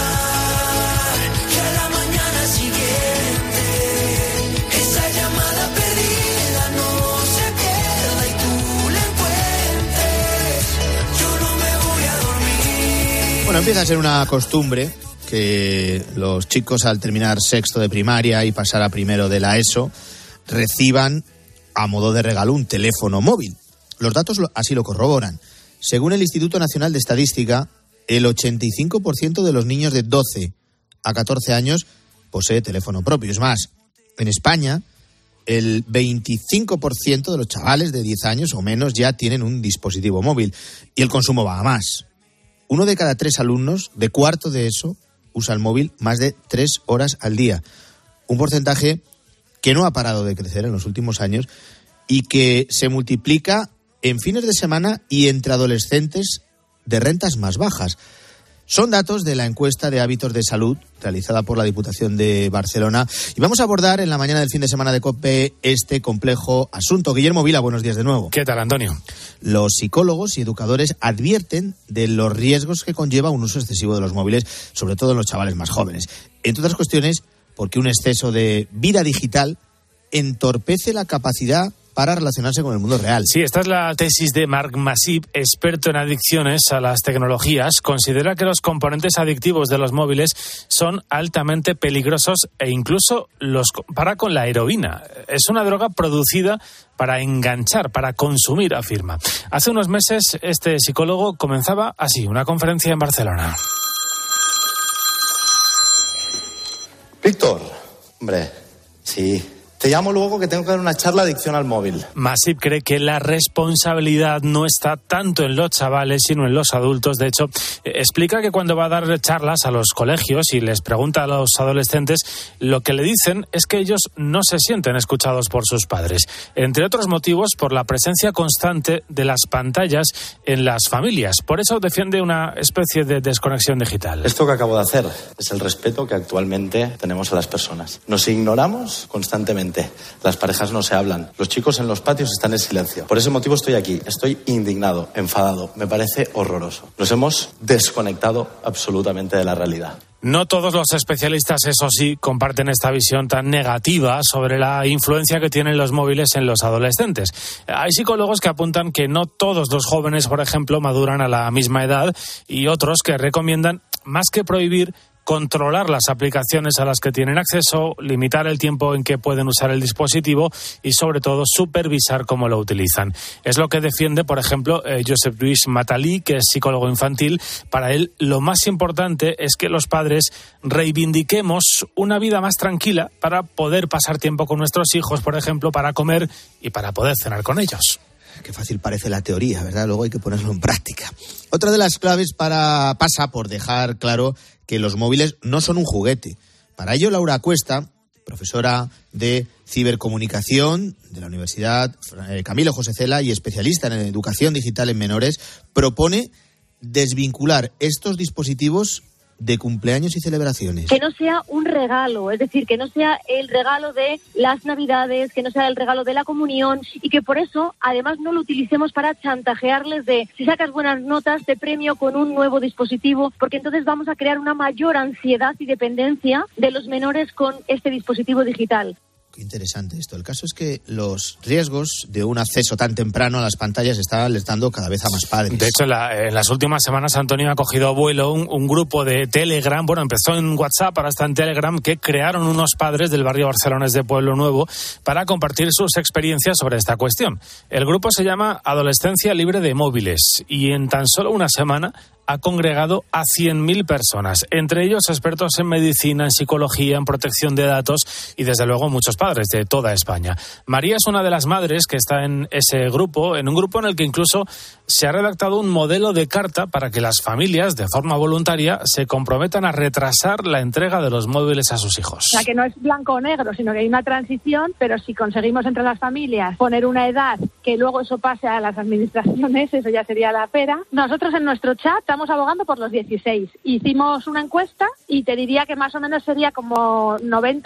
que a la mañana siguiente esa llamada perdida no se pierda y tú la encuentres. Yo no me voy a dormir. Bueno, empieza a ser una costumbre que los chicos, al terminar sexto de primaria y pasar a primero de la ESO, reciban a modo de regalo un teléfono móvil. Los datos así lo corroboran. Según el Instituto Nacional de Estadística, el 85% de los niños de 12 a 14 años posee teléfono propio. Es más, en España, el 25% de los chavales de 10 años o menos ya tienen un dispositivo móvil. Y el consumo va a más. 1 de cada 3 alumnos de cuarto de ESO usa el móvil más de 3 horas al día. Un porcentaje que no ha parado de crecer en los últimos años y que se multiplica en fines de semana y entre adolescentes de rentas más bajas. Son datos de la encuesta de hábitos de salud realizada por la Diputación de Barcelona, y vamos a abordar en la mañana del fin de semana de COPE este complejo asunto. Guillermo Vila, buenos días de nuevo. ¿Qué tal, Antonio? Los psicólogos y educadores advierten de los riesgos que conlleva un uso excesivo de los móviles, sobre todo en los chavales más jóvenes. Entre otras cuestiones, porque un exceso de vida digital entorpece la capacidad para relacionarse con el mundo real. Sí, esta es la tesis de Marc Masip, experto en adicciones a las tecnologías. Considera que los componentes adictivos de los móviles son altamente peligrosos e incluso los compara con la heroína. Es una droga producida para enganchar, para consumir, afirma. Hace unos meses este psicólogo comenzaba así una conferencia en Barcelona. Víctor, hombre, sí. Te llamo luego que tengo que dar una charla de adicción al móvil. Masip cree que la responsabilidad no está tanto en los chavales, sino en los adultos. De hecho, explica que cuando va a dar charlas a los colegios y les pregunta a los adolescentes, lo que le dicen es que ellos no se sienten escuchados por sus padres. Entre otros motivos, por la presencia constante de las pantallas en las familias. Por eso defiende una especie de desconexión digital. Esto que acabo de hacer es el respeto que actualmente tenemos a las personas. Nos ignoramos constantemente. Las parejas no se hablan. Los chicos en los patios están en silencio. Por ese motivo estoy aquí. Estoy indignado, enfadado. Me parece horroroso. Nos hemos desconectado absolutamente de la realidad. No todos los especialistas, eso sí, comparten esta visión tan negativa sobre la influencia que tienen los móviles en los adolescentes. Hay psicólogos que apuntan que no todos los jóvenes, por ejemplo, maduran a la misma edad, y otros que recomiendan, más que prohibir, controlar las aplicaciones a las que tienen acceso, limitar el tiempo en que pueden usar el dispositivo y, sobre todo, supervisar cómo lo utilizan. Es lo que defiende, por ejemplo, Josep Lluís Matalí, que es psicólogo infantil. Para él, lo más importante es que los padres reivindiquemos una vida más tranquila para poder pasar tiempo con nuestros hijos, por ejemplo, para comer y para poder cenar con ellos. Qué fácil parece la teoría, ¿verdad? Luego hay que ponerlo en práctica. Otra de las claves pasa por dejar claro que los móviles no son un juguete. Para ello, Laura Cuesta, profesora de cibercomunicación de la Universidad Camilo José Cela y especialista en educación digital en menores, propone desvincular estos dispositivos de cumpleaños y celebraciones. Que no sea un regalo, es decir, que no sea el regalo de las Navidades, que no sea el regalo de la comunión y que por eso, además, no lo utilicemos para chantajearles de si sacas buenas notas te premio con un nuevo dispositivo, porque entonces vamos a crear una mayor ansiedad y dependencia de los menores con este dispositivo digital. Qué interesante esto. El caso es que los riesgos de un acceso tan temprano a las pantallas están alertando cada vez a más padres. De hecho, en las últimas semanas, Antonio, ha cogido vuelo un grupo de Telegram. Bueno, empezó en WhatsApp, ahora está en Telegram, que crearon unos padres del barrio barcelonés de Pueblo Nuevo para compartir sus experiencias sobre esta cuestión. El grupo se llama Adolescencia Libre de Móviles y en tan solo una semana ha congregado a 100.000 personas, entre ellos expertos en medicina, en psicología, en protección de datos y, desde luego, muchos padres de toda España. María es una de las madres que está en ese grupo, en un grupo en el que incluso se ha redactado un modelo de carta para que las familias, de forma voluntaria, se comprometan a retrasar la entrega de los móviles a sus hijos. O sea, que no es blanco o negro, sino que hay una transición, pero si conseguimos entre las familias poner una edad que luego eso pase a las administraciones, eso ya sería la pera. Nosotros en nuestro chat estamos abogando por los 16. Hicimos una encuesta y te diría que más o menos sería como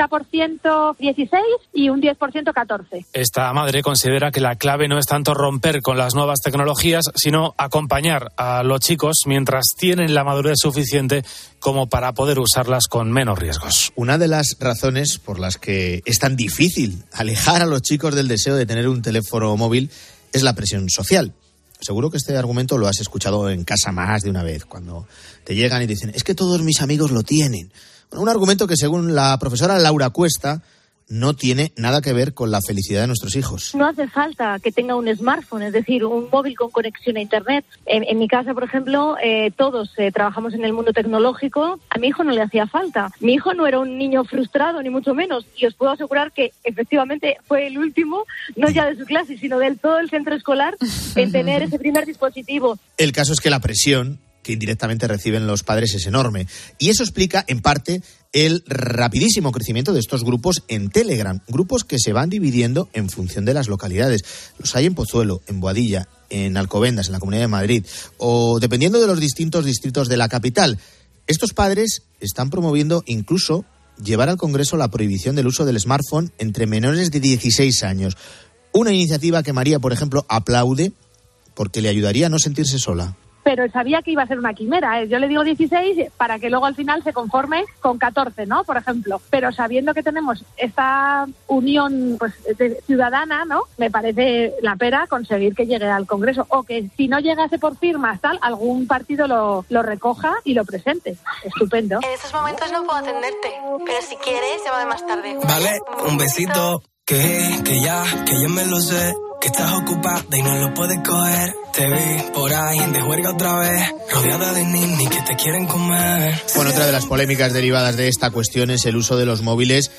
90% 16 y un 10% 14. Esta madre considera que la clave no es tanto romper con las nuevas tecnologías, sino acompañar a los chicos mientras tienen la madurez suficiente como para poder usarlas con menos riesgos. Una de las razones por las que es tan difícil alejar a los chicos del deseo de tener un teléfono móvil es la presión social. Seguro que este argumento lo has escuchado en casa más de una vez, cuando te llegan y te dicen, es que todos mis amigos lo tienen. Bueno, un argumento que, según la profesora Laura Cuesta, no tiene nada que ver con la felicidad de nuestros hijos. No hace falta que tenga un smartphone, es decir, un móvil con conexión a Internet. En mi casa, por ejemplo, todos trabajamos en el mundo tecnológico. A mi hijo no le hacía falta. Mi hijo no era un niño frustrado, ni mucho menos. Y os puedo asegurar que, efectivamente, fue el último, no ya de su clase, sino del todo el centro escolar, en tener ese primer dispositivo. El caso es que la presión que indirectamente reciben los padres es enorme. Y eso explica, en parte, el rapidísimo crecimiento de estos grupos en Telegram. Grupos que se van dividiendo en función de las localidades. Los hay en Pozuelo, en Boadilla, en Alcobendas, en la Comunidad de Madrid, o dependiendo de los distintos distritos de la capital. Estos padres están promoviendo incluso llevar al Congreso la prohibición del uso del smartphone entre menores de 16 años. Una iniciativa que María, por ejemplo, aplaude porque le ayudaría a no sentirse sola. Pero sabía que iba a ser una quimera, ¿eh? Yo le digo 16 para que luego al final se conforme con 14, ¿no? Por ejemplo. Pero sabiendo que tenemos esta unión pues ciudadana, ¿no? Me parece la pera conseguir que llegue al Congreso. O que si no llegase por firmas, tal, algún partido lo recoja y lo presente. Estupendo. En estos momentos no puedo atenderte, pero si quieres, llámame más tarde. Vale, un besito, que ya me lo sé. Que estás ocupada y no lo puedes coger. Te vi por ahí de juerga otra vez, rodeada de ninis que te quieren comer. Bueno, otra de las polémicas derivadas de esta cuestión es el uso de los móviles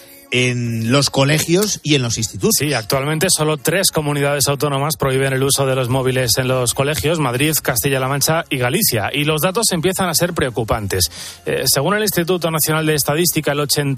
en los colegios y en los institutos. Sí, actualmente solo 3 comunidades autónomas prohíben el uso de los móviles en los colegios: Madrid, Castilla-La Mancha y Galicia. Y los datos empiezan a ser preocupantes. Según el Instituto Nacional de Estadística, el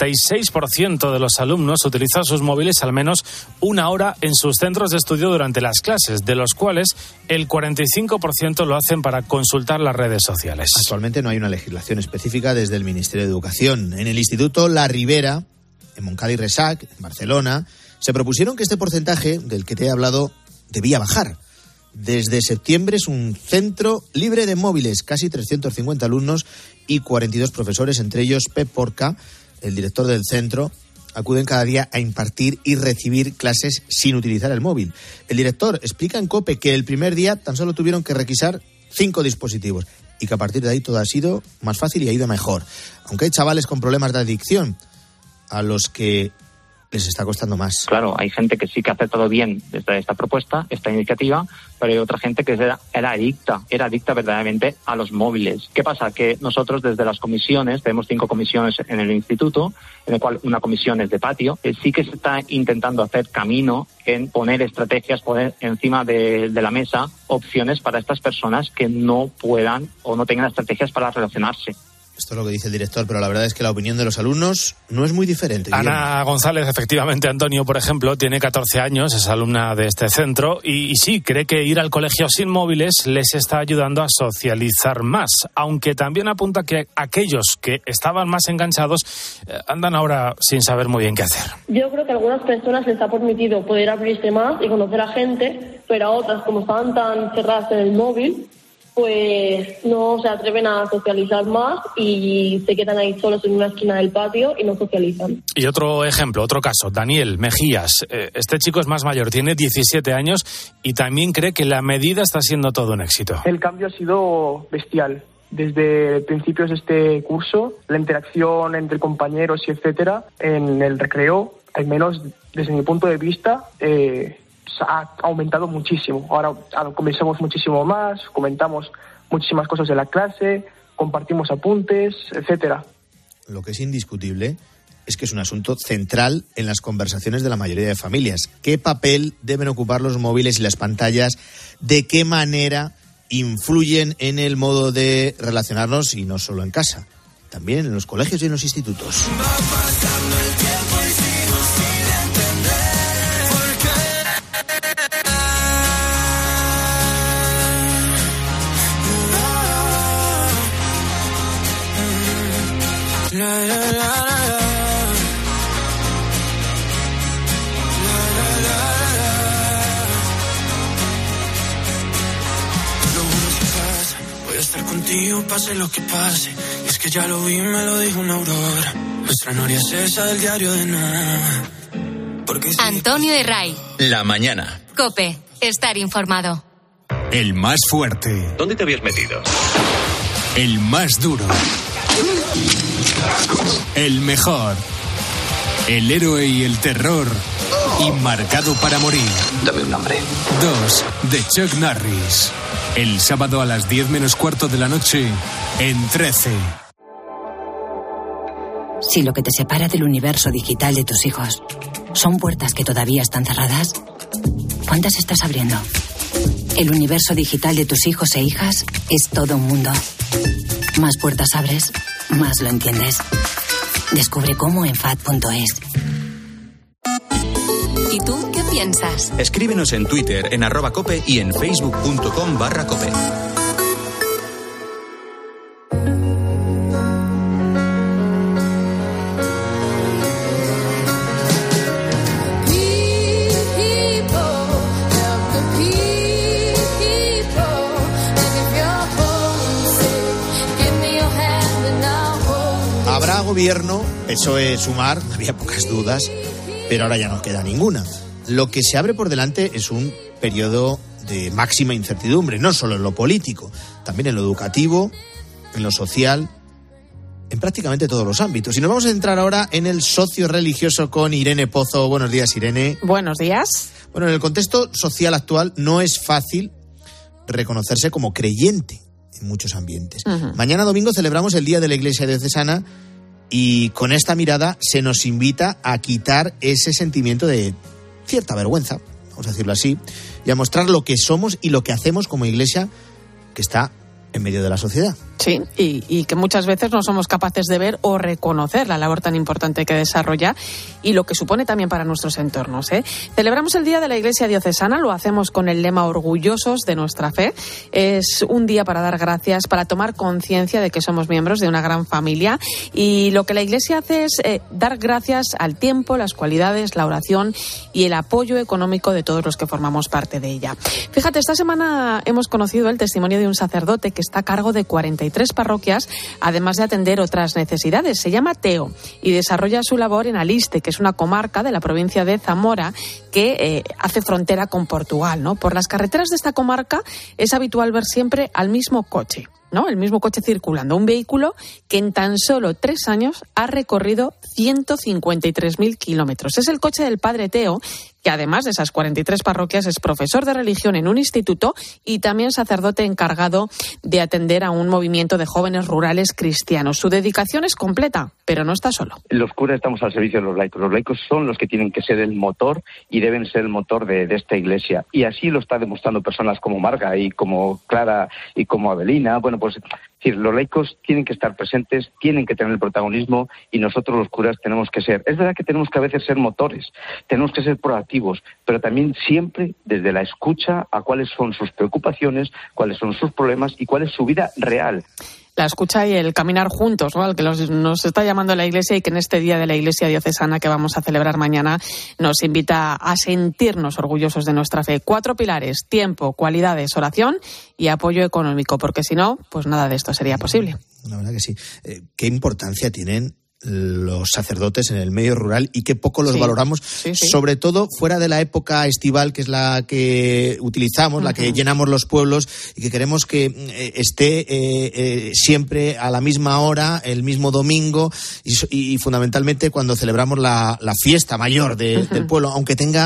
86% de los alumnos utilizan sus móviles al menos una hora en sus centros de estudio durante las clases, de los cuales el 45% lo hacen para consultar las redes sociales. Actualmente no hay una legislación específica desde el Ministerio de Educación. En el Instituto La Ribera, en Montcada y Reixac, en Barcelona, se propusieron que este porcentaje del que te he hablado debía bajar. Desde septiembre es un centro libre de móviles, casi 350 alumnos y 42 profesores, entre ellos Pep Porca, el director del centro, acuden cada día a impartir y recibir clases sin utilizar el móvil. El director explica en COPE que el primer día tan solo tuvieron que requisar 5 dispositivos y que a partir de ahí todo ha sido más fácil y ha ido mejor. Aunque hay chavales con problemas de adicción a los que les está costando más. Claro, hay gente que sí que ha aceptado bien esta propuesta, esta iniciativa, pero hay otra gente que era adicta verdaderamente a los móviles. ¿Qué pasa? Que nosotros desde las comisiones, tenemos 5 comisiones en el instituto, en el cual una comisión es de patio, sí que se está intentando hacer camino en poner estrategias, poner encima de la mesa opciones para estas personas que no puedan o no tengan estrategias para relacionarse. Esto es lo que dice el director, pero la verdad es que la opinión de los alumnos no es muy diferente. Ana González, efectivamente, Antonio, por ejemplo, tiene 14 años, es alumna de este centro y sí, cree que ir al colegio sin móviles les está ayudando a socializar más, aunque también apunta que aquellos que estaban más enganchados andan ahora sin saber muy bien qué hacer. Yo creo que a algunas personas les ha permitido poder abrirse más y conocer a gente, pero a otras, como estaban tan cerradas en el móvil, pues no se atreven a socializar más y se quedan ahí solos en una esquina del patio y no socializan. Y otro ejemplo, otro caso, Daniel Mejías. Este chico es más mayor, tiene 17 años y también cree que la medida está siendo todo un éxito. El cambio ha sido bestial. Desde principios de este curso, la interacción entre compañeros y etcétera, en el recreo, al menos desde mi punto de vista, ha aumentado muchísimo. Ahora conversamos muchísimo más, comentamos muchísimas cosas de la clase, compartimos apuntes, etcétera. Lo que es indiscutible es que es un asunto central en las conversaciones de la mayoría de familias. ¿Qué papel deben ocupar los móviles y las pantallas? ¿De qué manera influyen en el modo de relacionarnos, y no solo en casa, también en los colegios y en los institutos? Voy a estar contigo pase lo que pase. Y es que ya lo vi, me lo dijo una aurora. Nuestra noria es esa del diario de nada. Antonio Herray. La mañana. COPE. Estar informado. El más fuerte. ¿Dónde te habías metido? El más duro. El mejor. El héroe y el terror. Y marcado para morir. Dame un nombre. 2 de Chuck Norris. El sábado a las 10 menos cuarto de la noche en 13. Si lo que te separa del universo digital de tus hijos son puertas que todavía están cerradas, ¿cuántas estás abriendo? El universo digital de tus hijos e hijas es todo un mundo. Más puertas abres, más lo entiendes. Descubre cómo en FAD.es. ¿Y tú qué piensas? Escríbenos en Twitter, en @cope y en facebook.com/cope. Habrá gobierno, PSOE Sumar, había pocas dudas, pero ahora ya no queda ninguna. Lo que se abre por delante es un periodo de máxima incertidumbre, no solo en lo político, también en lo educativo, en lo social, en prácticamente todos los ámbitos. Y nos vamos a centrar ahora en el socio religioso con Irene Pozo. Buenos días, Irene. Buenos días. Bueno, en el contexto social actual no es fácil reconocerse como creyente en muchos ambientes. Uh-huh. Mañana domingo celebramos el Día de la Iglesia Diocesana y con esta mirada se nos invita a quitar ese sentimiento de cierta vergüenza, vamos a decirlo así, y a mostrar lo que somos y lo que hacemos como iglesia que está en medio de la sociedad. Sí, y que muchas veces no somos capaces de ver o reconocer la labor tan importante que desarrolla y lo que supone también para nuestros entornos. Celebramos el Día de la Iglesia Diocesana, lo hacemos con el lema orgullosos de nuestra fe. Es un día para dar gracias, para tomar conciencia de que somos miembros de una gran familia y lo que la Iglesia hace es dar gracias al tiempo, las cualidades, la oración y el apoyo económico de todos los que formamos parte de ella. Fíjate, esta semana hemos conocido el testimonio de un sacerdote que está a cargo de 43 parroquias, además de atender otras necesidades. Se llama Teo y desarrolla su labor en Aliste, que es una comarca de la provincia de Zamora que hace frontera con Portugal, ¿no? Por las carreteras de esta comarca es habitual ver siempre al mismo coche, ¿no? El mismo coche circulando, un vehículo que en tan solo 3 años ha recorrido 153.000 kilómetros. Es el coche del padre Teo, que además de esas 43 parroquias es profesor de religión en un instituto y también sacerdote encargado de atender a un movimiento de jóvenes rurales cristianos. Su dedicación es completa, pero no está solo. Los curas estamos al servicio de los laicos. Los laicos son los que tienen que ser el motor y deben ser el motor de esta iglesia. Y así lo está demostrando personas como Marga y como Clara y como Avelina. Bueno, pues Es decir, los laicos tienen que estar presentes, tienen que tener el protagonismo y nosotros los curas tenemos que ser. Es verdad que tenemos que a veces ser motores, tenemos que ser proactivos, pero también siempre desde la escucha a cuáles son sus preocupaciones, cuáles son sus problemas y cuál es su vida real. La escucha y el caminar juntos, ¿no?, al que nos está llamando la Iglesia, y que en este Día de la Iglesia Diocesana que vamos a celebrar mañana nos invita a sentirnos orgullosos de nuestra fe. 4 pilares: tiempo, cualidades, oración y apoyo económico, porque si no, pues nada de esto sería posible. La verdad que sí. ¿Qué importancia tienen los sacerdotes en el medio rural y qué poco los valoramos, sobre todo fuera de la época estival, que es la que utilizamos, la que llenamos los pueblos, y que queremos que esté siempre a la misma hora, el mismo domingo, y fundamentalmente cuando celebramos la fiesta mayor del pueblo, aunque tenga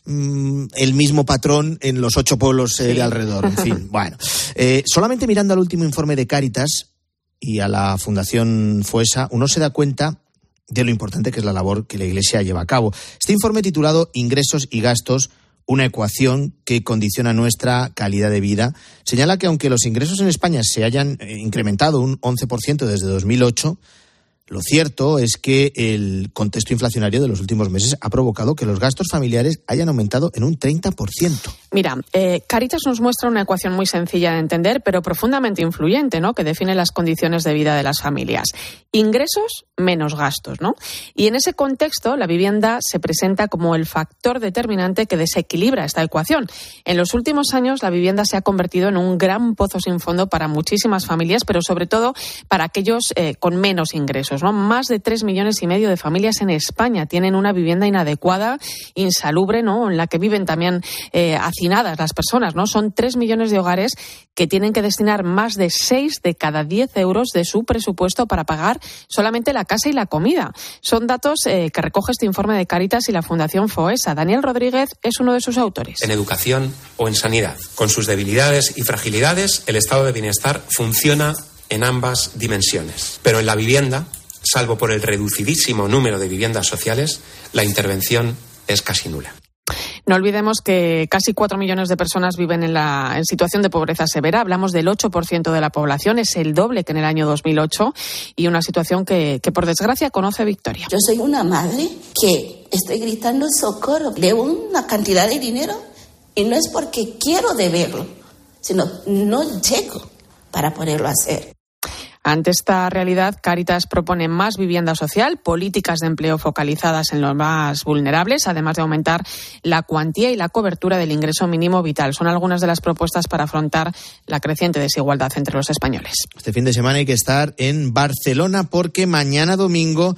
el mismo patrón en los 8 pueblos de alrededor. En fin, bueno. Solamente mirando al último informe de Cáritas y a la Fundación FOESA, uno se da cuenta de lo importante que es la labor que la Iglesia lleva a cabo. Este informe, titulado Ingresos y gastos, una ecuación que condiciona nuestra calidad de vida, señala que aunque los ingresos en España se hayan incrementado un 11% desde 2008, lo cierto es que el contexto inflacionario de los últimos meses ha provocado que los gastos familiares hayan aumentado en un 30%. Mira, Cáritas nos muestra una ecuación muy sencilla de entender, pero profundamente influyente, ¿no?, que define las condiciones de vida de las familias. Ingresos menos gastos, ¿no? Y en ese contexto, la vivienda se presenta como el factor determinante que desequilibra esta ecuación. En los últimos años, la vivienda se ha convertido en un gran pozo sin fondo para muchísimas familias, pero sobre todo para aquellos con menos ingresos, ¿no? Más de 3,5 millones de familias en España tienen una vivienda inadecuada, insalubre, ¿no?, en la que viven también hacinadas las personas, ¿no? Son 3 millones de hogares que tienen que destinar más de 6 de cada 10 euros de su presupuesto para pagar solamente la casa y la comida. Son datos que recoge este informe de Cáritas y la Fundación FOESA. Daniel Rodríguez es uno de sus autores. En educación o en sanidad. Con sus debilidades y fragilidades, el estado de bienestar funciona en ambas dimensiones. Pero en la vivienda, salvo por el reducidísimo número de viviendas sociales, la intervención es casi nula. No olvidemos que casi 4 millones de personas viven en situación de pobreza severa. Hablamos del 8% de la población, es el doble que en el año 2008, y una situación que por desgracia conoce Victoria. Yo soy una madre que estoy gritando socorro. Debo una cantidad de dinero y no es porque quiero deberlo, sino no llego para poderlo hacer. Ante esta realidad, Cáritas propone más vivienda social, políticas de empleo focalizadas en los más vulnerables, además de aumentar la cuantía y la cobertura del ingreso mínimo vital. Son algunas de las propuestas para afrontar la creciente desigualdad entre los españoles. Este fin de semana hay que estar en Barcelona porque mañana domingo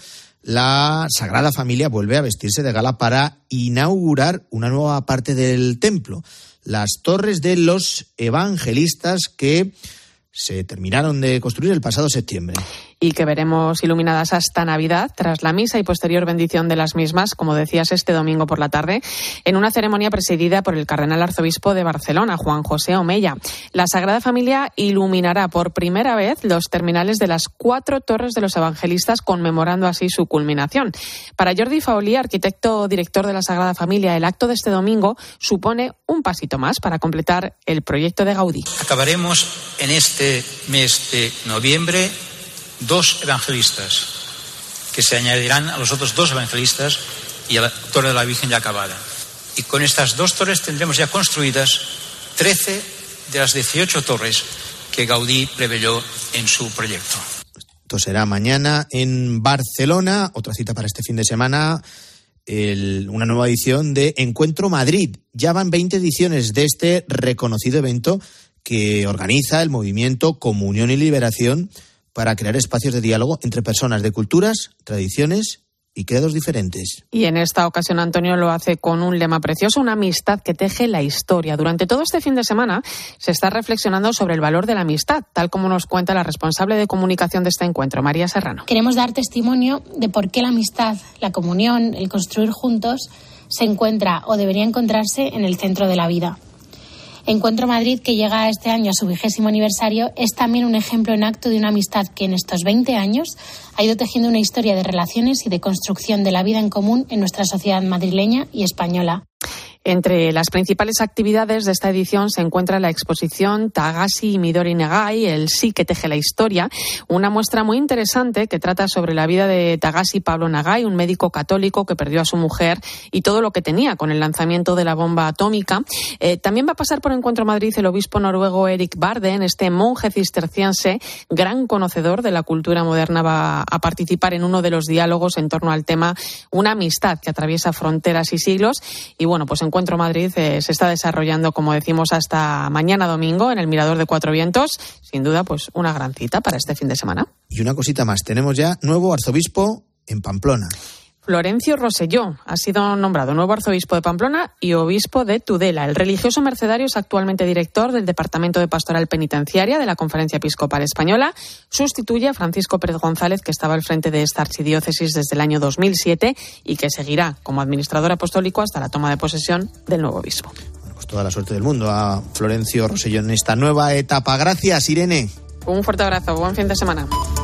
la Sagrada Familia vuelve a vestirse de gala para inaugurar una nueva parte del templo, las Torres de los Evangelistas, que se terminaron de construir el pasado septiembre. Y que veremos iluminadas hasta Navidad, tras la misa y posterior bendición de las mismas, como decías, este domingo por la tarde, en una ceremonia presidida por el cardenal arzobispo de Barcelona, Juan José Omella. La Sagrada Familia iluminará por primera vez los terminales de las 4 torres de los evangelistas, conmemorando así su culminación. Para Jordi Faolí, arquitecto director de la Sagrada Familia, el acto de este domingo supone un pasito más para completar el proyecto de Gaudí. Acabaremos en este mes de noviembre 2 evangelistas, que se añadirán a los otros 2 evangelistas y a la Torre de la Virgen ya acabada. Y con estas 2 torres tendremos ya construidas 13 de las 18 torres que Gaudí preveyó en su proyecto. Esto será mañana en Barcelona. Otra cita para este fin de semana, una nueva edición de Encuentro Madrid. Ya van 20 ediciones de este reconocido evento que organiza el movimiento Comunión y Liberación para crear espacios de diálogo entre personas de culturas, tradiciones y credos diferentes. Y en esta ocasión Antonio lo hace con un lema precioso, una amistad que teje la historia. Durante todo este fin de semana se está reflexionando sobre el valor de la amistad, tal como nos cuenta la responsable de comunicación de este encuentro, María Serrano. Queremos dar testimonio de por qué la amistad, la comunión, el construir juntos se encuentra o debería encontrarse en el centro de la vida. Encuentro Madrid, que llega este año a su 20º aniversario, es también un ejemplo en acto de una amistad que en estos 20 años ha ido tejiendo una historia de relaciones y de construcción de la vida en común en nuestra sociedad madrileña y española. Entre las principales actividades de esta edición se encuentra la exposición Tagashi y Midori Nagai, el sí que teje la historia, una muestra muy interesante que trata sobre la vida de Tagashi Pablo Nagai, un médico católico que perdió a su mujer y todo lo que tenía con el lanzamiento de la bomba atómica. También va a pasar por Encuentro Madrid el obispo noruego Erik Barden, este monje cisterciense, gran conocedor de la cultura moderna, va a participar en uno de los diálogos en torno al tema Una amistad que atraviesa fronteras y siglos. Y bueno, pues Encuentro Madrid se está desarrollando, como decimos, hasta mañana domingo en el Mirador de Cuatro Vientos. Sin duda, pues una gran cita para este fin de semana. Y una cosita más, tenemos ya nuevo arzobispo en Pamplona. Florencio Rosselló ha sido nombrado nuevo arzobispo de Pamplona y obispo de Tudela. El religioso mercedario es actualmente director del Departamento de Pastoral Penitenciaria de la Conferencia Episcopal Española. Sustituye a Francisco Pérez González, que estaba al frente de esta archidiócesis desde el año 2007 y que seguirá como administrador apostólico hasta la toma de posesión del nuevo obispo. Bueno, pues toda la suerte del mundo a Florencio Rosselló en esta nueva etapa. Gracias, Irene. Un fuerte abrazo. Buen fin de semana.